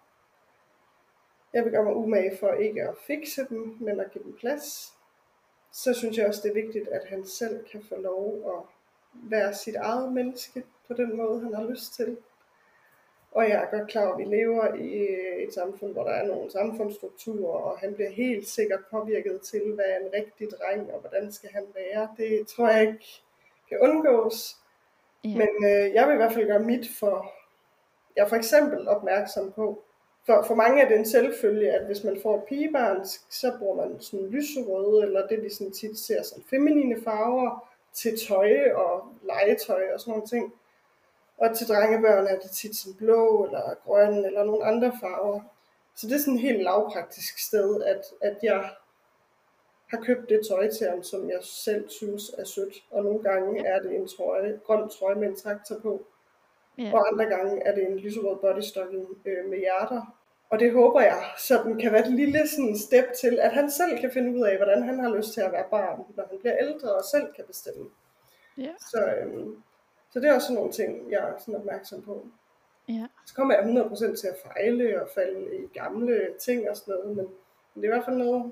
S2: Jeg vil gøre mig umage for ikke at fikse dem, men at give dem plads. Så synes jeg også, det er vigtigt, at han selv kan få lov at være sit eget menneske på den måde, han har lyst til. Og jeg er godt klar over, at vi lever i et samfund, hvor der er nogle samfundsstrukturer, og han bliver helt sikkert påvirket til, hvad er en rigtig dreng, og hvordan skal han være. Det tror jeg ikke kan undgås. Ja. Men jeg vil i hvert fald gøre mit for, jeg er for eksempel opmærksom på, for mange er det en selvfølge, at hvis man får et pigebarn, så bruger man sådan lyserøde, eller det vi sådan tit ser som feminine farver, til tøj og legetøj og sådan nogle ting. Og til drengebørn er det tit sådan blå eller grøn eller nogle andre farver. Så det er sådan et helt lavpraktisk sted, at jeg har købt det tøj til ham, som jeg selv synes er sødt. Og nogle gange er det en grøn trøje med en traktor på. Yeah. Og andre gange er det en lyserød bodystocking med hjerter. Og det håber jeg, så den kan være et lille sådan step til, at han selv kan finde ud af, hvordan han har lyst til at være barn, når han bliver ældre og selv kan bestemme.
S1: Yeah.
S2: Så det er også sådan nogle ting, jeg er sådan opmærksom på.
S1: Ja.
S2: Så kommer jeg 100% til at fejle og falde i gamle ting og sådan noget, men det er i hvert fald noget,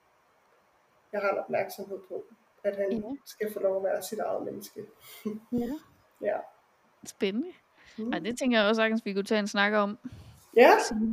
S2: jeg har en opmærksomhed på, at han skal få lov at være sit eget menneske. Ja.
S1: Spændende. Og det tænker jeg også sagtens, vi kunne tage en snak om.
S2: Ja.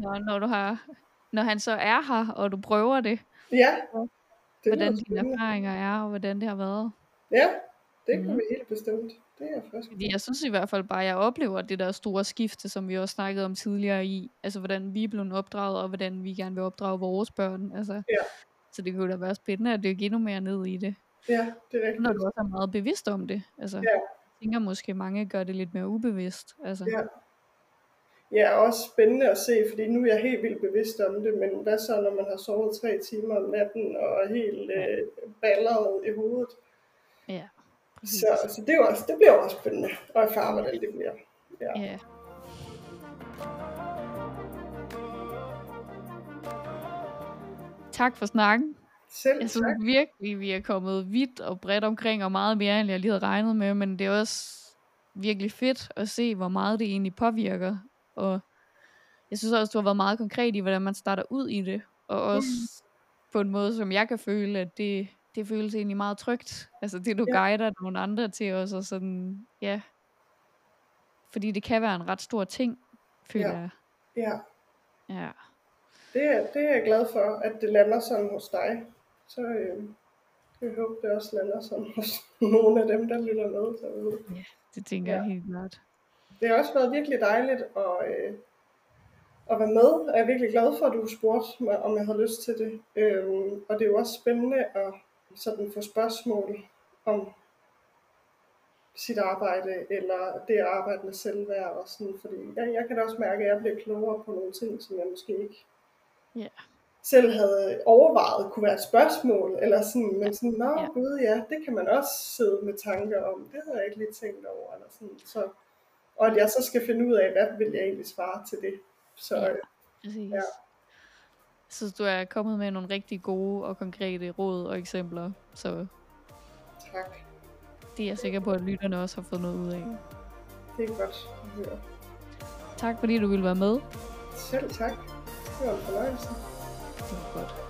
S1: Når han så er her, og du prøver det.
S2: Ja.
S1: Hvordan dine erfaringer er, og hvordan det har været.
S2: Ja, det kan vi helt bestemt. Det er frisk.
S1: Fordi jeg synes i hvert fald bare, at jeg oplever det der store skifte, som vi også snakkede om tidligere i, altså hvordan vi er blevet opdraget, og hvordan vi gerne vil opdrage vores børn. Altså, så det kunne da være spændende at dykke endnu mere ned i det.
S2: Ja, det er rigtigt.
S1: Når du også er meget bevidst om det. Altså, jeg tænker måske, mange gør det lidt mere ubevidst. Altså.
S2: Ja, også spændende at se, fordi nu er jeg helt vildt bevidst om det, men hvad så, når man har sovet 3 timer om natten, og er helt balleret i hovedet?
S1: Ja.
S2: Så det, det bliver også spændende at erfare, hvordan det bliver. Ja.
S1: Tak for snakken.
S2: Jeg
S1: synes virkelig, vi er kommet vidt og bredt omkring, og meget mere, end jeg lige havde regnet med, men det er også virkelig fedt at se, hvor meget det egentlig påvirker. Og jeg synes også, du har været meget konkret i, hvordan man starter ud i det, og også på en måde, som jeg kan føle, at det føles egentlig meget trygt. Altså det, du guider nogle andre til os, og sådan, fordi det kan være en ret stor ting, føler jeg. Ja.
S2: Det er jeg glad for, at det lander sådan hos dig. Så jeg håber, det også lander sådan hos nogle af dem, der lytter med derude.
S1: Ja, det tænker jeg helt klart.
S2: Det har også været virkelig dejligt at være med. Jeg er virkelig glad for, at du spurgte mig, om jeg havde lyst til det. Og det er jo også spændende at sådan få spørgsmål om sit arbejde, eller det at arbejde med selvværd og sådan, fordi jeg kan da også mærke, at jeg bliver klogere på nogle ting, som jeg måske ikke selv havde overvejet kunne være et spørgsmål, eller sådan, men sådan, nå
S1: Ja.
S2: gud ja, det kan man også sidde med tanker om, det havde jeg ikke lige tænkt over, eller sådan, så, og at jeg så skal finde ud af, hvad vil jeg egentlig svare til det, så
S1: Ja, præcis.
S2: ja.
S1: Jeg synes, du er kommet med nogle rigtig gode og konkrete råd og eksempler, så
S2: Tak.
S1: det er jeg sikker på, at lytterne også har fået noget ud af.
S2: Det er godt at høre.
S1: Tak fordi du ville være med.
S2: Selv tak. Det var en fornøjelse.
S1: Det var godt.